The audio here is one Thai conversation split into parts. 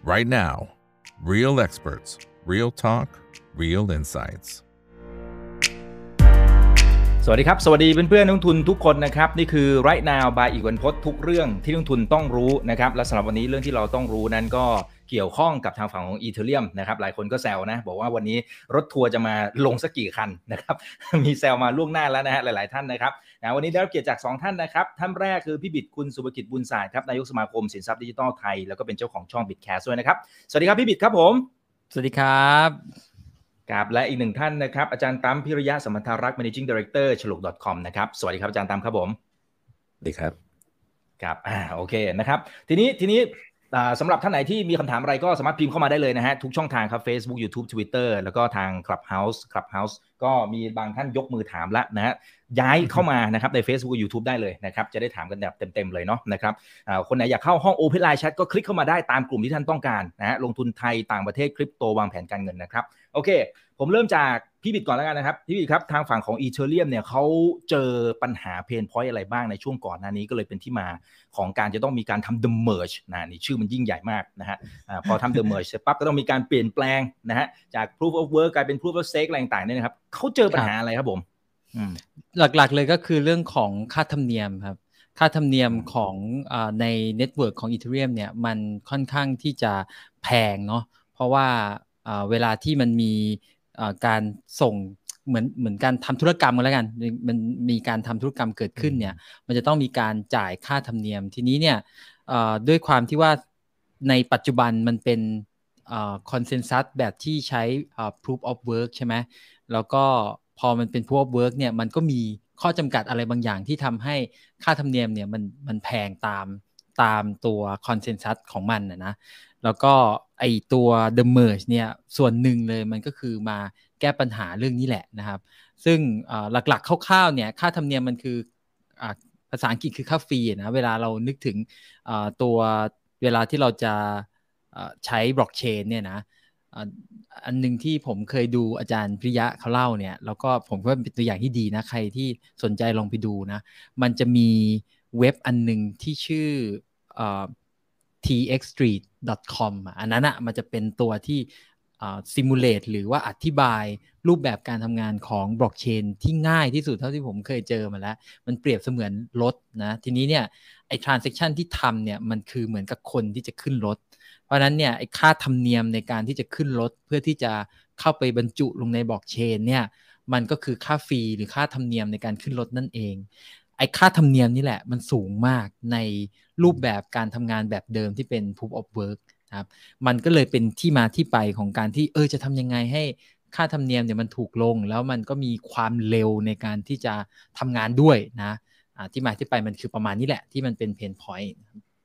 right now. Real experts, real talk, real insights. สวัสดีครับสวัสดีเพื่อนๆนักลงทุนทุกคนนะครับนี่คือ Right Now by อีกวันพจน์ทุกเรื่องที่นักลงทุนต้องรู้นะครับและสำหรับวันนี้เรื่องที่เราต้องรู้นั้นก็เกี่ยวข้องกับทางฝั่งของ Ethereum นะครับหลายคนก็แซวนะบอกว่าวันนี้รถทัวร์จะมาลงสักกี่คันนะครับ มีแซวมาล่วงหน้าแล้วนะฮะหลายๆท่านนะครับวันนี้ได้รับเกียรติจาก2ท่านนะครับท่านแรกคือพี่บิดคุณสุภกิจบุญศาสตร์ครับนายกสมาคมสินทรัพย์ดิจิทัลไทยแล้วก็เป็นเจ้าของช่อง Bitcast ด้วยนะครับสวัสดีครับพี่บิดครับผมสวัสดีครับครับและอีกหนึ่งท่านนะครับอาจารย์ตั้มพิริยะสัมพันธารักษ์ Managing Director ฉลก .com นะครับสวัสดีครับอาจารย์ตั้มครับผมสวัสดีครับครับโอเคนะครับทีนี้สำหรับท่านไหนที่มีคำถามอะไรก็สามารถพิมพ์เข้ามาได้เลยนะฮะทุกช่องทางครับ Facebook YouTube Twitter แล้วก็ทาง Clubhouse ก็มีบางท่านยกมือถามละนะฮะย้ายเข้ามานะครับใน Facebook YouTube ได้เลยนะครับจะได้ถามกันแบบเต็มๆเลยเนาะนะครับคนไหนอยากเข้าห้อง Open Line Chat ก็คลิกเข้ามาได้ตามกลุ่มที่ท่านต้องการนะฮะลงทุนไทยต่างประเทศคริปโตวางแผนการเงินนะครับโอเคผมเริ่มจากพี่บิดก่อนแล้วกันนะครับพี่บิดครับทางฝั่งของ Ethereum เนี่ยเขาเจอปัญหาเพนพอยต์อะไรบ้างในช่วงก่อนหน้านี้ก็เลยเป็นที่มาของการจะต้องมีการทำ The Merge นี่ชื่อมันยิ่งใหญ่มากนะฮะพอทำ The Merge เสร็จปั๊บก็ต้องมีการเปลี่ยนแปลงนะฮะจาก Proof of Work กลายเป็น Proof of Stake อะไรต่างๆเนี่ยนะครับเขาเจอปัญหาอะไรครับผมหลักๆเลยก็คือเรื่องของค่าธรรมเนียมครับค่าธรรมเนียมของในเน็ตเวิร์กของ Ethereum เนี่ยมันค่อนข้างที่จะแพงเนาะเพราะว่าเวลาที่มันมีการส่งเหมือนการทำธุรกรรมกันแล้วกันมันมีการทำธุรกรรมเกิดขึ้นเนี่ยมันจะต้องมีการจ่ายค่าธรรมเนียมทีนี้เนี่ยด้วยความที่ว่าในปัจจุบันมันเป็นconsensus แบบที่ใช้proof of work ใช่ไหมแล้วก็พอมันเป็น proof of work เนี่ยมันก็มีข้อจำกัดอะไรบางอย่างที่ทำให้ค่าธรรมเนียมเนี่ยมันแพงตามตัว consensus ของมันนะแล้วก็ไอตัว The Merge เนี่ยส่วนหนึ่งเลยมันก็คือมาแก้ปัญหาเรื่องนี้แหละนะครับซึ่งหลักๆคร่าวๆเนี่ยค่าธรรมเนียมมันคือภาษาอังกฤษคือค่าฟรีนะเวลาเรานึกถึงตัวเวลาที่เราจะใช้บล็อกเชนเนี่ยนะอันนึงที่ผมเคยดูอาจารย์พิริยะเขาเล่าเนี่ยแล้วก็ผมว่าเป็นตัวอย่างที่ดีนะใครที่สนใจลองไปดูนะมันจะมีเว็บอันนึงที่ชื่อtxstreet.com อันนั้นอ่ะมันจะเป็นตัวที่ซิมูเลตหรือว่าอธิบายรูปแบบการทำงานของบล็อกเชนที่ง่ายที่สุดเท่าที่ผมเคยเจอมาแล้วมันเปรียบเสมือนรถนะทีนี้เนี่ยไอ้ transaction ที่ทำเนี่ยมันคือเหมือนกับคนที่จะขึ้นรถเพราะนั้นเนี่ยไอ้ค่าธรรมเนียมในการที่จะขึ้นรถเพื่อที่จะเข้าไปบรรจุลงในบล็อกเชนเนี่ยมันก็คือค่าฟรีหรือค่าธรรมเนียมในการขึ้นรถนั่นเองไอ้ค่าธรรมเนียมนี่แหละมันสูงมากในรูปแบบการทำงานแบบเดิมที่เป็น Proof of Work ครับมันก็เลยเป็นที่มาที่ไปของการที่จะทำยังไงให้ค่าธรรมเนียมเนี่ยมันถูกลงแล้วมันก็มีความเร็วในการที่จะทำงานด้วยนะที่มาที่ไปมันคือประมาณนี้แหละที่มันเป็นเพนพอยต์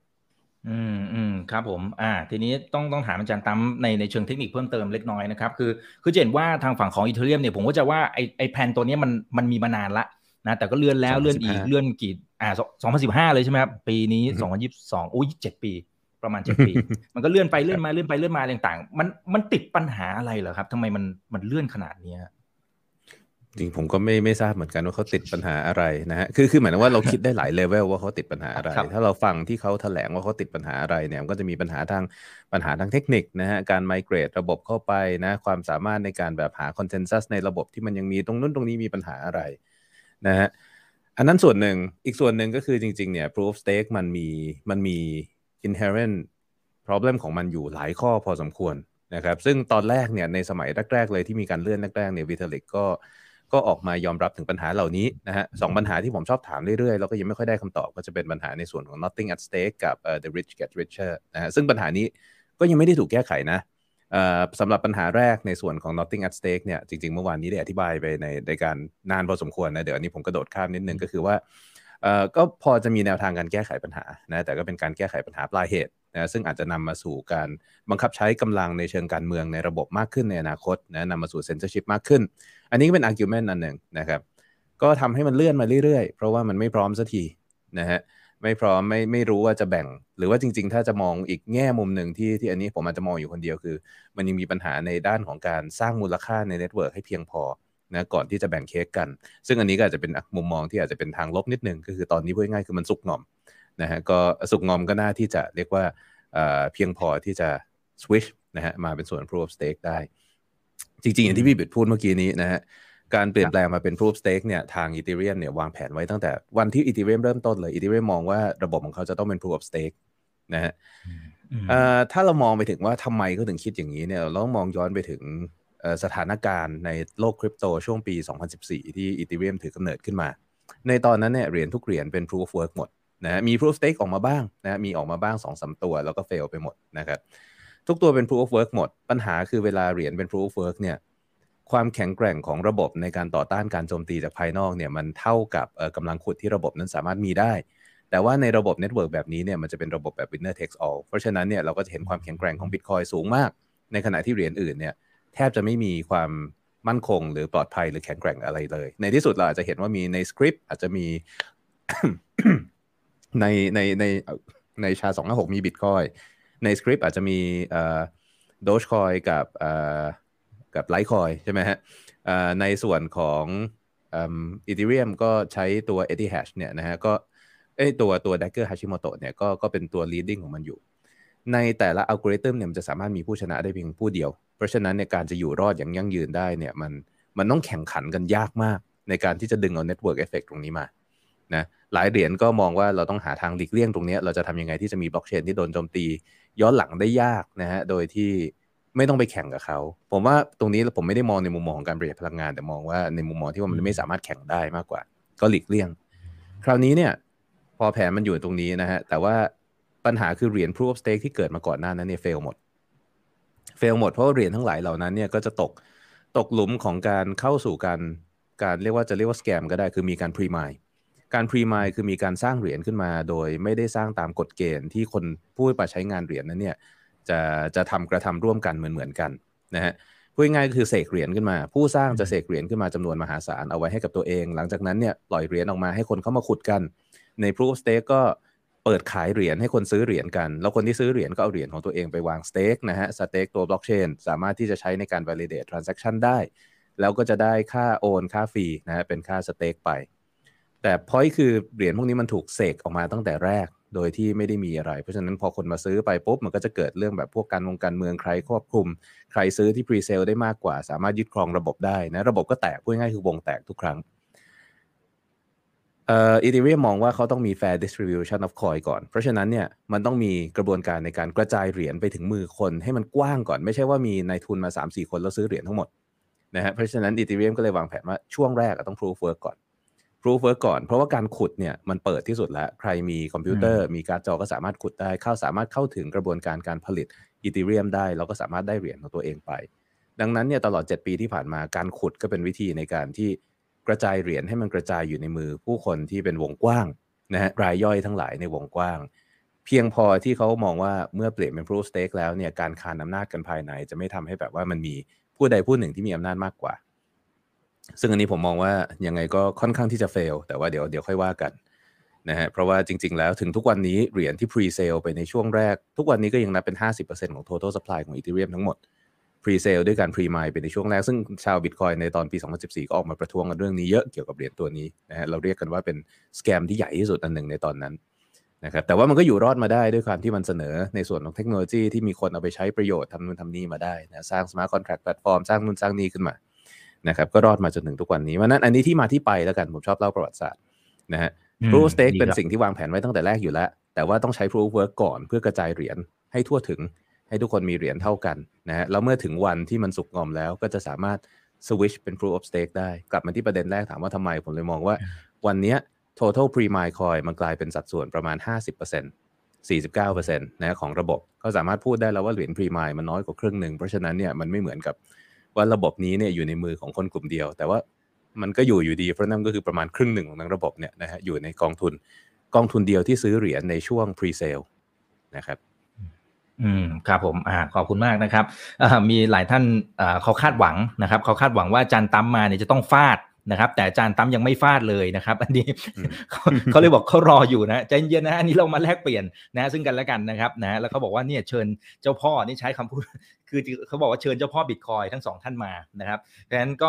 ครับผมทีนี้ต้องถามอาจารย์ตั้มในเชิงเทคนิคเพิ่มเติมเล็กน้อยนะครับคือเห็นว่าทางฝั่งของ Ethereum เนี่ยผมก็จะว่าไอแผนตัวนี้มันมีมานานละนะแต่ก็เลื่อนแล้วเลื่อนอีกเลื่อนกี่2015เลยใช่ไหมครับปีนี้2022อุ้ย7ปีประมาณ7ปีมันก็เลื่อนไปเลื่อนมาต่างๆมันติดปัญหาอะไรเหรอครับทำไมมันเลื่อนขนาดนี้จริงผมก็ไม่ทราบเหมือนกันว่าเขาติดปัญหาอะไรนะฮะคือหมายถึงว่าเราคิดได้หลายเลเวลว่าเขาติดปัญหาอะไรถ้าเราฟังที่เขาแถลงว่าเขาติดปัญหาอะไรเนี่ยมันก็จะมีปัญหาทางเทคนิคนะฮะการไมเกรตระบบเข้าไปนะความสามารถในการแบบหาคอนเซนซัสในระบบที่มันยังมีตรงนู้นตรงนี้มีปัญหาอะไรนะฮะอันนั้นส่วนหนึ่งอีกส่วนหนึ่งก็คือจริงๆเนี่ย proof of stake มันมี inherent problem ของมันอยู่หลายข้อพอสมควรนะครับซึ่งตอนแรกเนี่ยในสมัยแรกๆเลยที่มีการเลื่อนแรกๆเนี่ย Vitalik ก็ออกมายอมรับถึงปัญหาเหล่านี้นะฮะ2ปัญหาที่ผมชอบถามเรื่อยๆแล้วก็ยังไม่ค่อยได้คำตอบก็จะเป็นปัญหาในส่วนของ nothing at stake กับthe rich get richer นะฮะซึ่งปัญหานี้ก็ยังไม่ได้ถูกแก้ไขนะสำหรับปัญหาแรกในส่วนของ nothing at stake เนี่ยจริงๆเมื่อวานนี้ได้อธิบายไปในการนานพอสมควรนะเดี๋ยวอันนี้ผมกระโดดข้ามนิดนึงก็คือว่าก็พอจะมีแนวทางการแก้ไขปัญหานะแต่ก็เป็นการแก้ไขปัญหาปลายเหตุนะซึ่งอาจจะนำมาสู่การบังคับใช้กำลังในเชิงการเมืองในระบบมากขึ้นในอนาคตนะนำมาสู่ censorship มากขึ้นอันนี้ก็เป็น argument อันหนึ่งนะครับก็ทำให้มันเลื่อนมาเรื่อยๆเพราะว่ามันไม่พร้อมสักทีนะฮะไม่พร้อมไม่รู้ว่าจะแบ่งหรือว่าจริงๆถ้าจะมองอีกแง่มุมหนึ่งที่อันนี้ผมอาจจะมองอยู่คนเดียวคือมันยังมีปัญหาในด้านของการสร้างมูลค่าในเน็ตเวิร์กให้เพียงพอนะก่อนที่จะแบ่งเค้กกันซึ่งอันนี้ก็อาจจะเป็นมุมมองที่อาจจะเป็นทางลบนิดนึงก็คือตอนนี้พูดง่ายๆคือมันสุกงอมนะฮะก็สุกงอมก็น่าที่จะเรียกว่าเพียงพอที่จะ switch นะฮะมาเป็นส่วน proof of stake ได้จริงๆอย่างที่พี่บิดพูดเมื่อกี้นี้นะฮะการเปลี่ยนแปลงมาเป็น proof of stake เนี่ยทาง Ethereum เนี่ยวางแผนไว้ตั้งแต่วันที่ Ethereum เริ่มต้นเลย Ethereum มองว่าระบบของเขาจะต้องเป็น proof of stake นะฮะถ้าเรามองไปถึงว่าทำไมเขาถึงคิดอย่างนี้เนี่ยเราต้องมองย้อนไปถึงสถานการณ์ในโลกคริปโตช่วงปี 2014 ที่ Ethereum ถือกำเนิดขึ้นมาในตอนนั้นเนี่ยเหรียญทุกเหรียญเป็น proof of work หมดนะมี proof of stake ออกมาบ้างนะมีออกมาบ้าง 2-3 ตัวแล้วก็ fail ไปหมดนะครับทุกตัวเป็น proof of work หมดปัญหาคือเวลาเหรียญเป็น proof of work เนี่ยความแข็งแกร่งของระบบในการต่อต้านการโจมตีจากภายนอกเนี่ยมันเท่ากับกำลังขุดที่ระบบนั้นสามารถมีได้แต่ว่าในระบบเน็ตเวิร์กแบบนี้เนี่ยมันจะเป็นระบบแบบ winner takes all เพราะฉะนั้นเนี่ยเราก็จะเห็นความแข็งแกร่งของ Bitcoin สูงมากในขณะที่เหรียญอื่นเนี่ยแทบจะไม่มีความมั่นคงหรือปลอดภัยหรือแข็งแกร่งอะไรเลยในที่สุดเราอาจจะเห็นว่ามีในสคริปต์อาจจะมี ในชา256มี Bitcoin ในสคริปต์อาจจะมีDogecoin กับ Litecoin ใช่ไหมฮะในส่วนของEthereum ก็ใช้ตัว Ethash เนี่ยนะฮะก็ตัว Dagger Hashimoto เนี่ยก็เป็นตัว leading ของมันอยู่ในแต่ละอัลกอริทึมเนี่ยมันจะสามารถมีผู้ชนะได้เพียงผู้เดียวเพราะฉะนั้นในการจะอยู่รอดอย่างยั่งยืนได้เนี่ยมันต้องแข่งขันกันยากมากในการที่จะดึงเอา network effect ตรงนี้มานะหลายเหรียญก็มองว่าเราต้องหาทางหลีกเลี่ยงตรงนี้เราจะทำยังไงที่จะมีบล็อกเชนที่โดนโจมตีย้อนหลังได้ยากนะฮะโดยที่ไม่ต้องไปแข่งกับเขาผมว่าตรงนี้ผมไม่ได้มองในมุมมองของการประหยัดพลังงานแต่มองว่าในมุมมองที่ว่ามันไม่สามารถแข่งได้มากกว่าก็หลีกเลี่ยงคราวนี้เนี่ยพอแผนมันอยู่ตรงนี้นะฮะแต่ว่าปัญหาคือเหรียญ proof of stake ที่เกิดมาก่อนหน้านั้นเนี่ย fail หมดเพราะเหรียญทั้งหลายเหล่านั้นเนี่ยก็จะตกหลุมของการเข้าสู่การเรียกว่า scam ก็ได้คือมีการ pre-mine การ pre-mine คือมีการสร้างเหรียญขึ้นมาโดยไม่ได้สร้างตามกฎเกณฑ์ที่คนผู้ไปใช้งานเหรียญนั้นเนี่ยจะกระทำร่วมกันเหมือนกันนะฮะพูดง่ายๆก็คือเสกเหรียญขึ้นมาผู้สร้างจะเสกเหรียญขึ้นมาจำนวนมหาศาลเอาไว้ให้กับตัวเองหลังจากนั้นเนี่ยปล่อยเหรียญออกมาให้คนเข้ามาขุดกันใน proof of stake ก็เปิดขายเหรียญให้คนซื้อเหรียญกันแล้วคนที่ซื้อเหรียญก็เอาเหรียญของตัวเองไปวางสเต็กนะฮะสเต็กตัวบล็อกเชนสามารถที่จะใช้ในการ validate transaction ได้แล้วก็จะได้ค่าโอนค่าฟรีนะฮะเป็นค่าสเต็กไปแต่ point คือเหรียญพวกนี้มันถูกเสกออกมาตั้งแต่แรกโดยที่ไม่ได้มีอะไรเพราะฉะนั้นพอคนมาซื้อไปปุ๊บมันก็จะเกิดเรื่องแบบพวกการเมืองใครควบคุมใครซื้อที่ pre-sale ได้มากกว่าสามารถยึดครองระบบได้นะระบบก็แตกพูดง่ายๆคือวงแตกทุกครั้งEthereum มองว่าเขาต้องมี fair distribution of coin ก่อนเพราะฉะนั้นเนี่ยมันต้องมีกระบวนการในการกระจายเหรียญไปถึงมือคนให้มันกว้างก่อนไม่ใช่ว่ามีนายทุนมา 3-4 คนแล้วซื้อเหรียญทั้งหมดนะฮะเพราะฉะนั้น Ethereum ก็เลยวางแผนว่าช่วงแรกต้อง proof work ก่อนเพราะว่าการขุดเนี่ยมันเปิดที่สุดแล้วใครมีคอมพิวเตอร์มีการ์ดจอก็สามารถขุดได้สามารถเข้าถึงกระบวนการผลิต Ethereum ได้แล้วก็สามารถได้เหรียญของตัวเองไปดังนั้นเนี่ยตลอด7ปีที่ผ่านมาการขุดก็เป็นวิธีในการที่กระจายเหรียญให้มันกระจายอยู่ในมือผู้คนที่เป็นวงกว้างนะฮะรายย่อยทั้งหลายในวงกว้างเพียงพอที่เขามองว่าเมื่อเปลี่ยนเป็น proof of stake แล้วเนี่ยการคานอำนาจกันภายในจะไม่ทำให้แบบว่ามันมีผู้ใดผู้หนึ่งที่มีอำนาจมากกว่าซึ่งอันนี้ผมมองว่ายังไงก็ค่อนข้างที่จะ fail แต่ว่าเดี๋ยวค่อยว่ากันนะฮะเพราะว่าจริงๆแล้วถึงทุกวันนี้เหรียญที่ pre-sale ไปในช่วงแรกทุกวันนี้ก็ยังนับเป็น 50% ของ total supply ของ Ethereum ทั้งหมดpre-sale ด้วยการ pre-mine ไปในช่วงแรกซึ่งชาว Bitcoin ในตอนปี 2014 ก็ออกมาประท้วงกันเรื่องนี้เยอะเกี่ยวกับเหรียญตัวนี้นะฮะเราเรียกกันว่าเป็น scam ที่ใหญ่ที่สุดอันหนึ่งในตอนนั้นนะครับแต่ว่ามันก็อยู่รอดมาได้ด้วยความที่มันเสนอในส่วนของเทคโนโลยีที่มีคนเอาไปใช้ประโยชน์ทำนู่นทำนี่มาได้นะสร้าง smart contract platform สร้างนู่นสร้างนี่ขึ้นมานะครับก็รอดมาจนถึงทุกวันนี้วันนั้นอันนี้ที่มาที่ไปแล้วกันผมชอบเล่าประวัติศาสตร์นะฮะ proof of stake เป็นสิ่งที่วางแผนไว้ตั้งแต่แรกอยู่แล้วแต่ว่าต้องใช้ proof of work ก่อนเพื่อกระจายเหรียญให้ทั่วถึงให้ทุกคนมีเหรียญเท่ากันนะฮะแล้วเมื่อถึงวันที่มันสุกงอมแล้วก็จะสามารถ switch เป็น proof of stake ได้กลับมาที่ประเด็นแรกถามว่าทำไมผมเลยมองว่าวันนี้ total pre-mine coin มันกลายเป็นสัดส่วนประมาณ 50% 49% นะของระบบก็สามารถพูดได้แล้วว่าเหรียญ pre-mine มันน้อยกว่าครึ่งนึงเพราะฉะนั้นเนี่ยมันไม่เหมือนกับว่าระบบนี้เนี่ยอยู่ในมือของคนกลุ่มเดียวแต่ว่ามันก็อยู่ดีเพราะนั่นก็คือประมาณครึ่งหนึ่งของทั้งระบบเนี่ยนะฮะอยู่ในกองทุนเดียวที่ซื้อเหรียญในช่วง pre-sale นะครับครับผมขอบคุณมากนะครับมีหลายท่านเขาคาดหวังนะครับเขาคาดหวังว่าอาจารย์ตั้มมาเนี่ยจะต้องฟาดนะครับแต่อาจารย์ตั้มยังไม่ฟาดเลยนะครับอันนี้ เขาเลยบอกเขารออยู่นะใจเย็นนะอันนี้เรามาแลกเปลี่ยนนะซึ่งกันและกันนะครับนะแล้วเขาบอกว่าเนี่ยเชิญเจ้าพ่อนี่ใช้คำพูดคือเขาบอกว่าเชิญเจ้าพ่อบิตคอยทั้งสองท่านมานะครับดังนั้นก็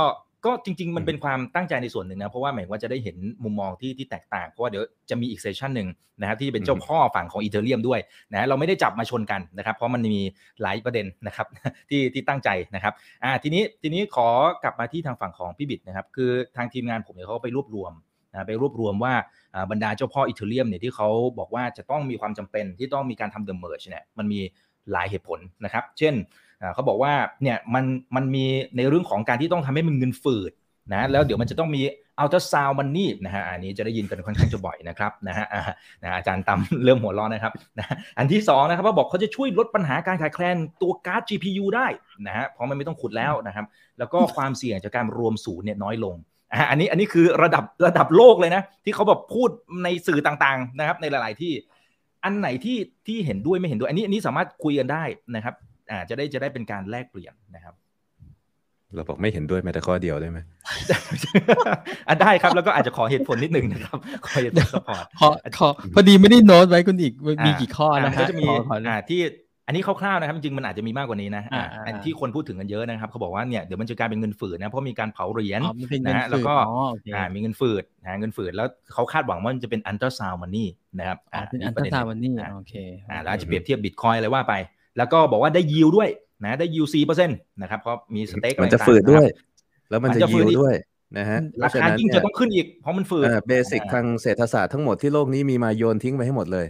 ก็จริงๆมันเป็นความตั้งใจในส่วนหนึ่งนะเพราะว่าหมายว่าจะได้เห็นมุมมองที่แตกต่างเพราะว่าเดี๋ยวจะมีอีกเซสชันหนึ่งนะครับที่เป็นเจ้าพ่อฝั่งของอีเธอเรียมด้วยนะเราไม่ได้จับมาชนกันนะครับเพราะมันมีหลายประเด็นนะครับ ที่ตั้งใจนะครับทีนี้ขอกลับมาที่ทางฝั่งของพี่บิดนะครับคือทางทีมงานผมเนี่ยเขาไปรวบรวมว่าบรรดาเจ้าพ่ออีเธอเรียมเนี่ยที่เขาบอกว่าจะต้องมีความจำเป็นที่ต้องมีการทำ The Merge เนี่ยมันมีหลายเหตุผลนะครับเช่นเขาบอกว่าเนี่ยมันมีในเรื่องของการที่ต้องทำให้มันเงินฝืดนะแล้วเดี๋ยวมันจะต้องมีultrasound moneyนะฮะอันนี้จะได้ยินกันค่อนข้างจะบ่อยนะครับนะฮะอาจารย์ตั้มเริ่มหัวร้อนนะครับนะอันที่2นะครับเขาบอกเขาจะช่วยลดปัญหาการขาดแคลนตัวการ์ด GPU ได้นะฮะเพราะมันไม่ต้องขุดแล้วนะครับแล้วก็ความเสี่ยงจากการรวมศูนย์เนี่ยน้อยลงอันนี้คือระดับโลกเลยนะที่เขาแบบพูดในสื่อต่างๆนะครับในหลายๆที่อันไหนที่เห็นด้วยไม่เห็นด้วยอันนี้สามารถคุยกันได้นะครับจะได้เป็นการแลกเปลี่ยนนะครับเราบอกไม่เห็นด้วยแม้แต่ข้อเดียวได้ไหมได้ครับแล้วก็อาจจะขอเหตุผลนิดนึงนะครับขอเหตุผลซัพพอร์ตพอดีไม่ได้โน้ตไว้คุณอีกมีกี่ข้อนะฮะก็จะมีที่อันนี้คร่าวๆนะครับจริงๆมันอาจจะมีมากกว่านี้นะอันที่คนพูดถึงกันเยอะนะครับเขาบอกว่าเนี่ยเดี๋ยวมันจะกลายเป็นเงินฝืดนะเพราะมีการเผาเหรียญนะแล้วก็มีเงินฝืดเงินฝืดแล้วเขาคาดหวังว่ามันจะเป็นอัลตราซาวด์มันนี่นะครับเป็นอัลตราซาวด์มันนี่โอเคแล้วอาจจะเปรียบเทียบบิตคอยน์อะไรว่าไปแล้วก็บอกว่าได้ยิวด้วยนะได้ยิว 4% นะครับเพราะมีสเต็กมันจะฝืดด้วยแล้วมันจะยิวด้วยนะฮะราคายิ่งจะต้องขึ้นอีกเพราะมันฝืดเบสิกทางเศรษฐศาสตร์ทั้งหมดที่โลกนี้มีมาโยนทิ้งไปให้หมดเลย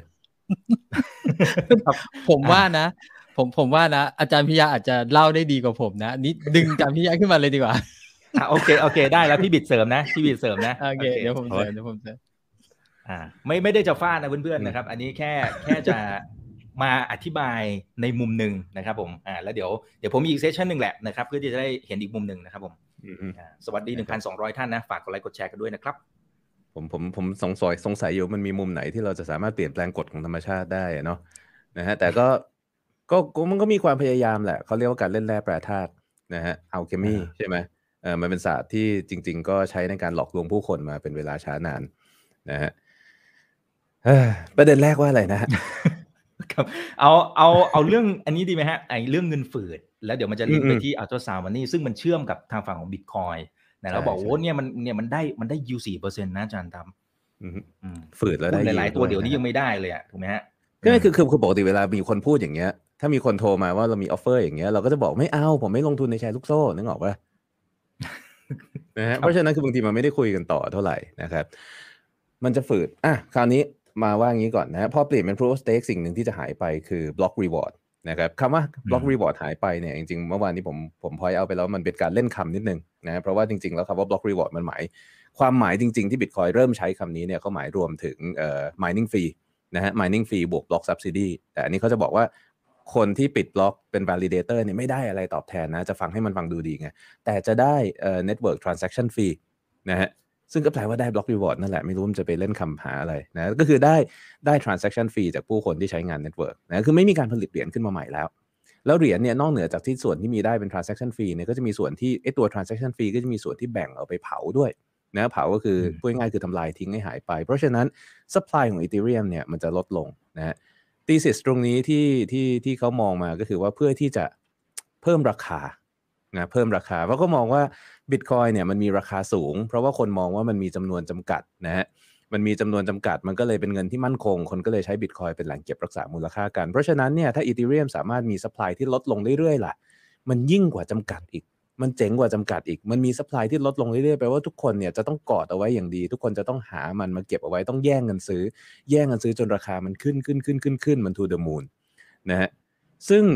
ผมว่านะอาจารย์พิยาอาจจะเล่าได้ดีกว่าผมนะนี่ดึงอาจารย์พิยาขึ้นมาเลยดีกว่าโอเคได้แล้วพี่บิดเสริมนะโอเคเดี๋ยวผมเสริมไม่ได้จะฟาดนะเพื่อนๆนะครับอันนี้แค่จะมาอธิบายในมุมหนึ่งนะครับผมแล้วเดี๋ยวผมมีอีกเซสชั่นหนึ่งแหละนะครับเพื่อที่จะได้เห็นอีกมุมหนึ่งนะครับผมสวัสดี 1,200 ท่านนะฝากกดไลค์กดแชร์กันด้วยนะครับผมสงสัยอยู่มันมีมุมไหนที่เราจะสามารถเปลี่ยนแปลงกฎของธรรมชาติได้เนาะนะฮะแต่ก็มันก็มีความพยายามแหละเขาเรียกว่าการเล่นแร่แปรธาตุนะฮะอัลเคมีใช่ไหมมันเป็นศาสตร์ที่จริงๆก็ใช้ในการหลอกลวงผู้คนมาเป็นเวลาช้านานนะฮะประเด็นแรกว่าอะไรนะฮะครับเอาเรื่องอันนี้ดีไหมฮะไอ้เรื่องเงินฝืดแล้วเดี๋ยวมันจะลิงก์ไปที่อัลตราซาวด์มันนี่ซึ่งมันเชื่อมกับทางฝั่งของ Bitcoin นะแล้วบอกว่าเนี่ยมันได้ยิว 4% นะอาจารย์ตั้มฝืดแล้วได้หลายๆตัวเดี๋ยวนี้ยังไม่ได้เลยถูกไหมฮะก็คือปกติเวลามีคนพูดอย่างเงี้ยถ้ามีคนโทรมาว่าเรามีออฟเฟอร์อย่างเงี้ยเราก็จะบอกไม่เอาผมไม่ลงทุนในแชร์ลูกโซ่นึกออกป่ะนะฮะเพราะฉะนั้นคือบางทีมันไม่ได้คุยกันต่อเท่าไหร่นะครับมันจะฝืดคราวนี้มาว่างี้ก่อนนะพอเปลี่ยนเป็น proof of stake สิ่งหนึ่งที่จะหายไปคือ block reward นะครับคำว่า block reward หายไปเนี่ยจริงๆเมื่อวานนี้ผมpoint outไปแล้วมันเป็นการเล่นคำนิดนึงนะเพราะว่าจริงๆแล้วคำว่า block reward มันความหมายจริงๆที่ Bitcoin เริ่มใช้คำนี้เนี่ยเขาหมายรวมถึงmining fee นะฮะ mining fee บวก block subsidy แต่อันนี้เขาจะบอกว่าคนที่ปิดบล็อกเป็น validator เนี่ยไม่ได้อะไรตอบแทนนะจะฟังให้มันฟังดูดีไงแต่จะได้network transaction fee นะฮะซึ่งก็แปลว่าได้ block reward นั่นแหละไม่รู้มันจะไปเล่นคำหาอะไรนะก็คือได้ transaction fee จากผู้คนที่ใช้งาน network นะคือไม่มีการผลิตเหรียญขึ้นมาใหม่แล้วเหรียญเนี่ยนอกเหนือจากที่ส่วนที่มีได้เป็น transaction fee เนี่ยก็จะมีส่วนที่ตัว transaction fee ก็จะมีส่วนที่แบ่งเอาไปเผาด้วยนะเผาก็คือพูดง่ายๆคือทำลายทิ้งให้หายไปเพราะฉะนั้น supply ของ Ethereum เนี่ยมันจะลดลงนะฮะ thesis ตรงนี้ที่เขามองมาก็คือว่าเพื่อที่จะเพิ่มราคานะเพิ่มราคาเพราะก็มองว่า Bitcoin เนี่ยมันมีราคาสูงเพราะว่าคนมองว่ามันมีจำนวนจำกัดนะฮะมันมีจำนวนจำกัดมันก็เลยเป็นเงินที่มั่นคงคนก็เลยใช้ Bitcoin เป็นแหล่งเก็บรักษามูลค่ากันเพราะฉะนั้นเนี่ยถ้า Ethereum สามารถมี supply ที่ลดลงเรื่อยๆล่ะมันยิ่งกว่าจำกัดอีกมันเจ๋งกว่าจำกัดอีกมันมี supply ที่ลดลงเรื่อยๆแปลว่าทุกคนเนี่ยจะต้องกอดเอาไว้อย่างดีทุกคนจะต้องหามันมาเก็บเอาไว้ต้องแย่งกันซื้อจนราคามันขึ้นมัน to the moon นะฮะซึ่ง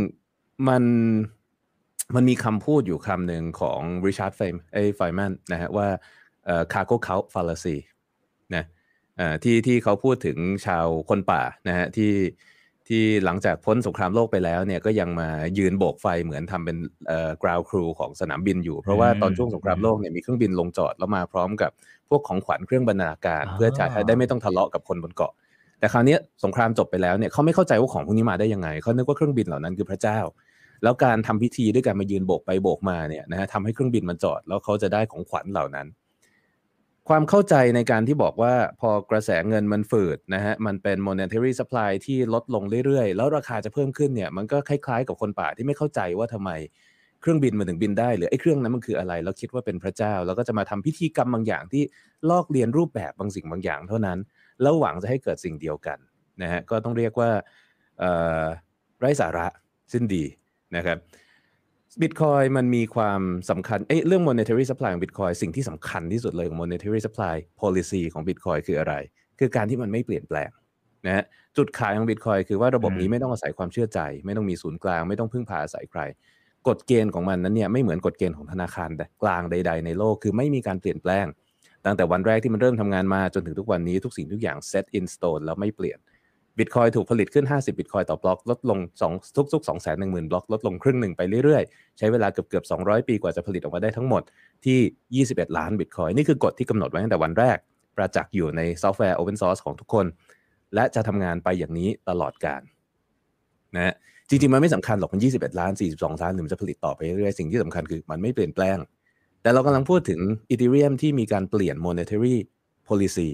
มันมีคำพูดอยู่คำหนึ่งของ Richard Feynman นะฮะว่า cargo cult fallacy นะที่เขาพูดถึงชาวคนป่านะฮะที่หลังจากพ้นสงครามโลกไปแล้วเนี่ยก็ยังมายืนโบกไฟเหมือนทำเป็นground crew ของสนามบินอยู่เพราะว่าตอนช่วงสงครามโลกเนี่ยมีเครื่องบินลงจอดแล้วมาพร้อมกับพวกของขวัญเครื่องบรรณาการเพื่อจะได้ไม่ต้องทะเลาะกับคนบนเกาะแต่คราวนี้สงครามจบไปแล้วเนี่ยเขาไม่เข้าใจว่าของพวกนี้มาได้ยังไงเขานึกว่าเครื่องบินเหล่านั้นคือพระเจ้าแล้วการทำพิธีด้วยการมายืนโบกไปโบกมาเนี่ยนะฮะทำให้เครื่องบินมันจอดแล้วเขาจะได้ของขวัญเหล่านั้นความเข้าใจในการที่บอกว่าพอกระแสเงินมันฝืดนะฮะมันเป็น monetary supply ที่ลดลงเรื่อยๆแล้วราคาจะเพิ่มขึ้นเนี่ยมันก็คล้ายๆกับคนป่าที่ไม่เข้าใจว่าทำไมเครื่องบินมันถึงบินได้หรือไอ้เครื่องนั้นมันคืออะไรแล้วคิดว่าเป็นพระเจ้าแล้วก็จะมาทำพิธีกรรมบางอย่างที่ลอกเลียนรูปแบบบางสิ่งบางอย่างเท่านั้นแล้วหวังจะให้เกิดสิ่งเดียวกันนะฮะก็ต้องเรียกว่าไร้สาระสิ้นดีนะครับBitcoin มันมีความสำคัญเรื่อง monetary supply ของ Bitcoin สิ่งที่สำคัญที่สุดเลยของ monetary supply policy ของ Bitcoin คืออะไรคือการที่มันไม่เปลี่ยนแปลงนะฮะจุดขายของ Bitcoin คือว่าระบบนี้ไม่ต้องอาศัยความเชื่อใจไม่ต้องมีศูนย์กลางไม่ต้องพึ่งพาอาศัยใครกฎเกณฑ์ของมันนั้นเนี่ยไม่เหมือนกฎเกณฑ์ของธนาคารกลางใดๆในโลกคือไม่มีการเปลี่ยนแปลงตั้งแต่วันแรกที่มันเริ่มทำงานมาจนถึงทุกวันนี้ทุกสิ่งทุกอย่าง set in stone แล้วไม่เปลี่ยนBitcoin ถูกผลิตขึ้น50 Bitcoin ต่อบล็อกลดลงทุก 210,000 บล็อกลดลงครึ่งหนึ่งไปเรื่อยๆใช้เวลาเกือบ200 ปีกว่าจะผลิตออกมาได้ทั้งหมดที่21ล้าน Bitcoin นี่คือกฎที่กำหนดไว้ตั้งแต่วันแรกประจักษ์อยู่ในซอฟต์แวร์ Open Source ของทุกคนและจะทำงานไปอย่างนี้ตลอดกาลนะจริงๆมันไม่สำคัญหรอกมัน21ล้าน42ล้านหรือมันจะผลิตต่อไปเรื่อยๆสิ่งที่สำคัญคือมันไม่เปลี่ยนแปลงแต่เรากำลังพูดถึง Ethereum ที่มีการเปลี่ยน monetary policy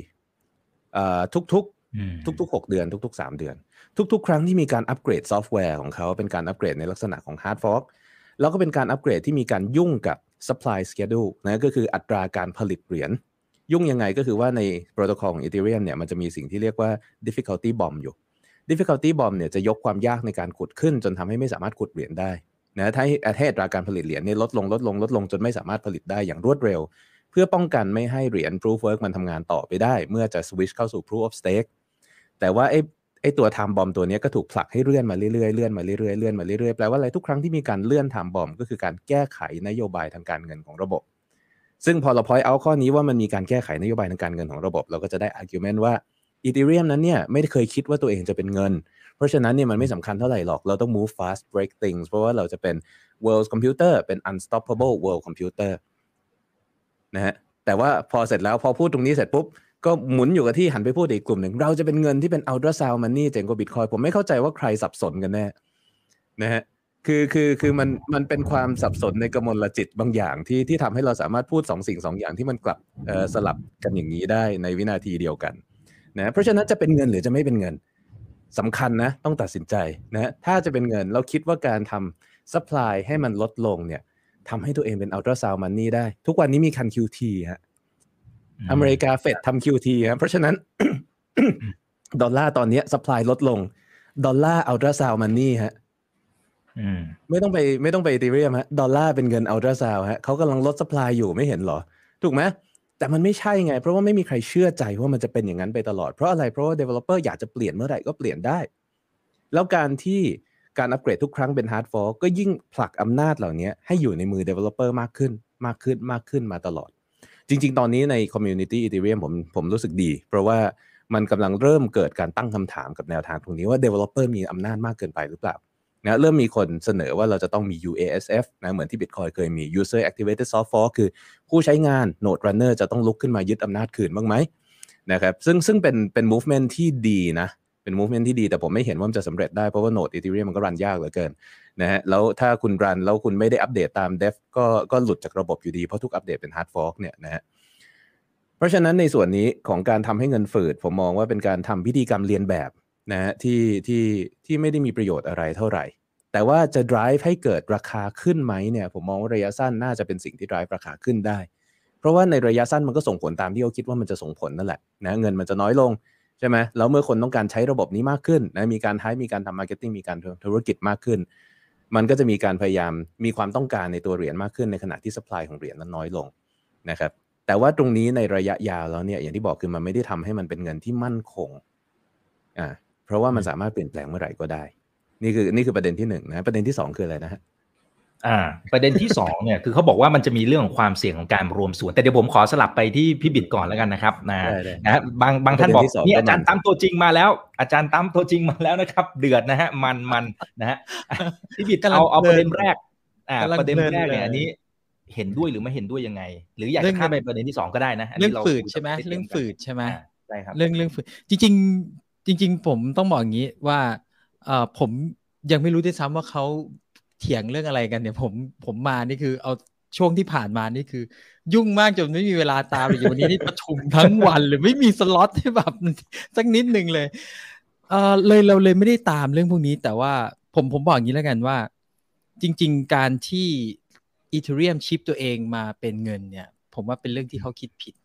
ทุก6เดือนทุก3เดือนทุกๆครั้งที่มีการอัปเกรดซอฟต์แวร์ของเขาเป็นการอัปเกรดในลักษณะของ hard fork แล้วก็เป็นการอัปเกรดที่มีการยุ่งกับ supply schedule นะก็คืออัตราการผลิตเหรียญยุ่งยังไงก็คือว่าในโปรโตคอลของ Ethereum เนี่ยมันจะมีสิ่งที่เรียกว่า difficulty bomb อยู่ difficulty bomb เนี่ยจะยกความยากในการขุดขึ้นจนทำให้ไม่สามารถขุดเหรียญได้นะถ้าให้อัตราการผลิตเหรียญเนี่ยลดลงจนไม่สามารถผลิตได้อย่างรวดเร็วเพื่อป้องกันไม่ให้เหรียญ proof work มันทำงานต่อไปได้เมื่อจะ switch เข้าสู่ proof of stake แต่ว่าไอ้ตัว time bomb ตัวนี้ก็ถูกผลักให้เลื่อนมาเรื่อยๆแปลว่าอะไรทุกครั้งที่มีการเลื่อน time bomb ก็คือการแก้ไขนโยบายทางการเงินของระบบซึ่งพอเรา point out ข้อนี้ว่ามันมีการแก้ไขนโยบายทางการเงินของระบบเราก็จะได้ argument ว่า Ethereum นั้นเนี่ยไม่เคยคิดว่าตัวเองจะเป็นเงินเพราะฉะนั้นเนี่ยมันไม่สำคัญเท่าไหร่หรอกเราต้อง move fast break things เพราะว่าเราจะเป็น world computer เป็น unstoppable world computer นะฮะแต่ว่าพอเสร็จแล้วพอพูดตรงนี้เสร็จปุ๊บก็หมุนอยู่กับที่หันไปพูดอีกกลุ่มหนึ่งเราจะเป็นเงินที่เป็น ultra sound money เจ๋งกว่า Bitcoin ผมไม่เข้าใจว่าใครสับสนกันแน่นะฮะคือมันเป็นความสับสนในกมลจิตบางอย่างที่ทำให้เราสามารถพูด2 สิ่ง 2อย่างที่มันกลับสลับกันอย่างนี้ได้ในวินาทีเดียวกันนะเพราะฉะนั้นจะเป็นเงินหรือจะไม่เป็นเงินสำคัญนะต้องตัดสินใจนะถ้าจะเป็นเงินเราคิดว่าการทำ supply ให้มันลดลงเนี่ยทำให้ตัวเองเป็น ultra sound money ได้ทุกวันนี้มีคัน QT ฮะอเมริกาเฟดทำ QT ครับเพราะฉะนั้น ดอลลาร์ตอนนี้ supply ลดลงดอลลาร์ ultra sound money ฮะไม่ต้องไปEthereumฮะดอลลาร์เป็นเงิน ultra sound ฮะเขากำลังลด supply อยู่ไม่เห็นหรอถูกไหมแต่มันไม่ใช่ไงเพราะว่าไม่มีใครเชื่อใจว่ามันจะเป็นอย่างนั้นไปตลอดเพราะอะไรเพราะว่า developer อยากจะเปลี่ยนเมื่อไหร่ก็เปลี่ยนได้แล้วการอัปเกรดทุกครั้งเป็น hard fork ก็ยิ่งผลักอำนาจเหล่านี้ให้อยู่ในมือ developer มากขึ้นมาตลอดจริงๆตอนนี้ใน community Ethereum ผมรู้สึกดีเพราะว่ามันกำลังเริ่มเกิดการตั้งคำถามกับแนวทางตรงนี้ว่า developer มีอำนาจมากเกินไปหรือเปล่านะเริ่มมีคนเสนอว่าเราจะต้องมี UASF นะเหมือนที่ Bitcoin เคยมี User Activated Soft Fork คือผู้ใช้งาน Node Runner จะต้องลุกขึ้นมายึดอำนาจคืนบ้างไหมนะครับซึ่งเป็น movement ที่ดีนะเป็น movement ที่ดีแต่ผมไม่เห็นว่ามันจะสำเร็จได้เพราะว่า Node Ethereum มันก็รันยากเหลือเกินนะฮะแล้วถ้าคุณรันแล้วคุณไม่ได้อัปเดตตาม dev ก็หลุดจากระบบอยู่ดีเพราะทุกอัปเดตเป็น hard fork เนี่ยนะฮะเพราะฉะนั้นในส่วนนี้ของการทำให้เงินฝืดผมมองว่าเป็นการทำพิธีกรรมเลียนแบบนะฮะที่ไม่ได้มีประโยชน์อะไรเท่าไหร่แต่ว่าจะ drive ให้เกิดราคาขึ้นไหมเนี่ยผมมองว่าระยะสั้นน่าจะเป็นสิ่งที่ drive ราคาขึ้นได้เพราะว่าในระยะสั้นมันก็ส่งผลตามที่เขาคิดว่ามันจะส่งผลนั่นแหละนะเงินมันจะน้อยลงใช่ไหมแล้วเมื่อคนต้องการใช้ระบบนี้มากขึ้นนะมีการมีการทำ marketing มีการธุรกิจมากขึ้นมันก็จะมีการพยายามมีความต้องการในตัวเหรียญมากขึ้นในขณะที่ supply ของเหรียญนั้นน้อยลงนะครับแต่ว่าตรงนี้ในระยะยาวแล้วเนี่ยอย่างที่บอกคือมันไม่ได้ทำให้มันเป็นเงินที่มั่นคงเพราะว่ามันสามารถเปลี่ยนแปลงเมื่อไหร่ก็ได้นี่คือประเด็นที่1นะประเด็นที่2คืออะไรนะฮะประเด็นที่2เนี่ยคือเขาบอกว่ามันจะมีเรื่องของความเสี่ยงของการรวมส่วนแต่เดี๋ยวผมขอสลับไปที่พี่บิดก่อนแล้วกันนะครับนะบางท่านบอกนี่อาจารย์ตั้มตัวจริงมาแล้วอาจารย์ตั้มตัวจริงมาแล้วนะครับเดือดนะฮะมันนะฮะพี่บิดเอาประเด็นแรกประเด็นแรกเนี่ยอันนี้เห็นด้วยหรือไม่เห็นด้วยยังไงหรืออยากจะข้ามไปประเด็นที่2ก็ได้นะเรื่องฝืดใช่ไหมเรื่องฝืดใช่ไหมใช่ครับเรื่องฝืดจริงผมต้องบอกอย่างนี้ว่าผมยังไม่รู้ด้วยซ้ำว่าเขาเถียงเรื่องอะไรกันเนี่ยผมมานี่คือเอาช่วงที่ผ่านมานี่คือยุ่งมากจนไม่มีเวลาตามเลยวันนี้นี่ประชุมทั้งวันเลยไม่มีสล็อตให้แบบสักนิดนึงเลยเราเลยไม่ได้ตามเรื่องพวกนี้แต่ว่าผมบอกอย่างนี้แล้วกันว่าจริงๆการที่อีเธเรียมชิปตัวเองมาเป็นเงินเนี่ยผมว่าเป็นเรื่องที่เขาคิดผิด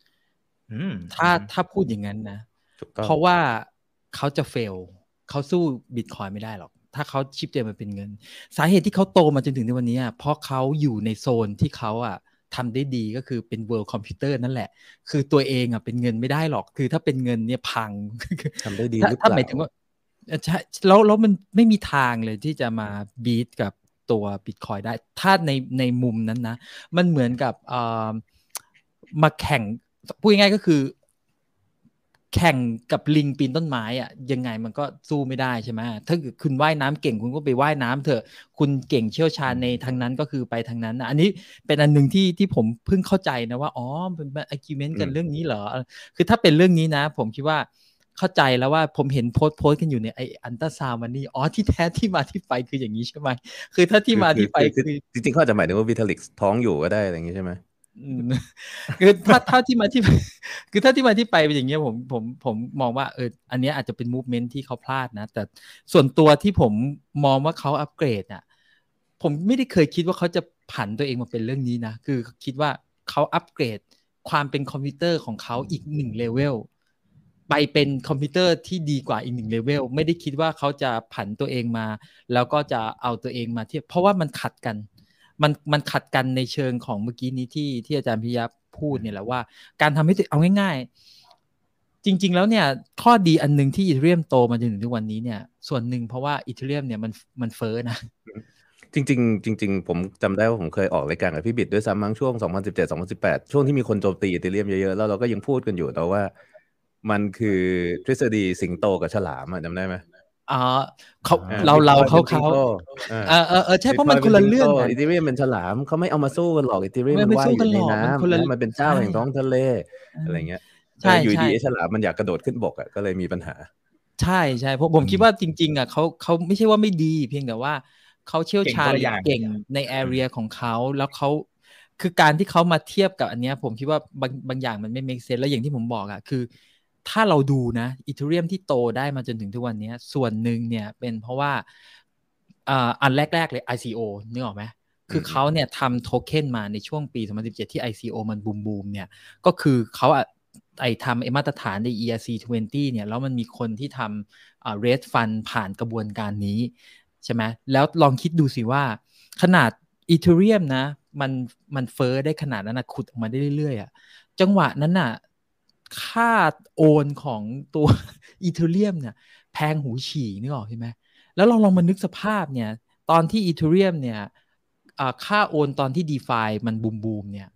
ถ้าพูดอย่างนั้นนะเพราะว่าเขาจะเฟลเขาสู้บิตคอยน์ไม่ได้หรอกถ้าเขาชิปตัวเองมาเป็นเงินสาเหตุที่เขาโตมาจนถึงในวันนี้เพราะเขาอยู่ในโซนที่เขาทำได้ดีก็คือเป็น world computer นั่นแหละคือตัวเองเป็นเงินไม่ได้หรอกคือถ้าเป็นเงินเนี่ยพังทำได้ดีหรือเปล่าถ้าหมายถึงว่าใช่แล้วมันไม่มีทางเลยที่จะมาบีทกับตัว Bitcoin ได้ถ้าในมุมนั้นนะมันเหมือนกับมาแข่งพูดง่ายๆก็คือแข่งกับลิงปีนต้นไม้ยังไงมันก็สู้ไม่ได้ใช่ไหมถ้าคุณว่ายน้ำเก่งคุณก็ไปว่ายน้ำเถอะคุณเก่งเชี่ยวชาญในทางนั้นก็คือไปทางนั้นอันนี้เป็นอันนึงที่ผมเพิ่งเข้าใจนะว่าเป็น argument กันเรื่องนี้เหรอคือถ้าเป็นเรื่องนี้นะผมคิดว่าเข้าใจแล้วว่าผมเห็นโพสกันอยู่ในไออันตราซาวมันนี่ที่แท้ที่มาที่ไปคืออย่างนี้ใช่ไหมคือถ้าที่มาที่ไปคือจริงๆเขาจะหมายถึงว่าวิทาลิกท้องอยู่ก็ได้อะไรอย่างนี้ใช่ไหมคือถ้าที่มาที่คือถ้าที่มาที่ไปเป็นอย่างเงี้ยผมมองว่าอันนี้อาจจะเป็นมูฟเมนท์ที่เขาพลาดนะแต่ส่วนตัวที่ผมมองว่าเขาอัปเกรดผมไม่ได้เคยคิดว่าเขาจะผันตัวเองมาเป็นเรื่องนี้นะคือคิดว่าเขาอัปเกรดความเป็นคอมพิวเตอร์ของเขาอีก1เลเวลไปเป็นคอมพิวเตอร์ที่ดีกว่าอีก1เลเวลไม่ได้คิดว่าเขาจะผันตัวเองมาแล้วก็จะเอาตัวเองมาเทียบเพราะว่ามันขัดกันมันขัดกันในเชิงของเมื่อกี้นี้ที่อาจารย์พิยะพูดเนี่ยแหละว่าการทำให้เอาง่ายๆจริงๆแล้วเนี่ยข้อดีอันนึงที่อีเธเรียมโตมาจนถึงทุกวันนี้เนี่ยส่วนหนึ่งเพราะว่าอีเธเรียมเนี่ยมันเฟ้อนะจริงผมจำได้ว่าผมเคยออกรายการกับพี่บิดด้วยซ้ำมั้งช่วง2017-2018ช่วงที่มีคนโจมตีอีเธเรียมเยอะๆแล้วเราก็ยังพูดกันอยู่แต่ว่ามันคือทฤษฎีสิงโตกับฉลามจำได้ไหมเราเขาใช่เพราะมันคนละเรื่องอีเธเรียมเป็นฉลามเขาไม่เอามาสู้กันหรอกอีเธเรียมมันว่ายอยู่ในน้ำมันเป็นเจ้าแห่งท้องทะเลอะไรเงี้ยใช่อยู่ดีไอ้ฉลามมันอยากกระโดดขึ้นบกก็เลยมีปัญหาใช่เพราะผมคิดว่าจริงๆเขาไม่ใช่ว่าไม่ดีเพียงแต่ว่าเขาเชี่ยวชาญเก่งในแอเรียของเขาแล้วเขาคือการที่เขามาเทียบกับอันเนี้ยผมคิดว่าบางอย่างมันไม่ make sense แล้วอย่างที่ผมบอกคือถ้าเราดูนะอีเธเรียมที่โตได้มาจนถึงทุกวันนี้ส่วนหนึ่งเนี่ยเป็นเพราะว่าอันแรกๆเลย ICO นึกออกไหมคือเขาเนี่ยทำโทเค็นมาในช่วงปี2017ที่ ICO มันบูมเนี่ยก็คือเขาทำมาตรฐานใน ERC20 เนี่ยแล้วมันมีคนที่ทำraise fund ผ่านกระบวนการนี้ใช่ไหมแล้วลองคิดดูสิว่าขนาดอีเธเรียมนะมันเฟ้อได้ขนาดนั้นขุดออกมาได้เรื่อยๆจังหวะนั้นค่าโอนของตัวอีเธเรียมเนี่ยแพงหูฉี่นึกออกใช่ไหมแล้วลองมานึกสภาพเนี่ยตอนที่อีเธเรียมเนี่ยค่าโอนตอนที่ DeFi มันบูมเนี่ย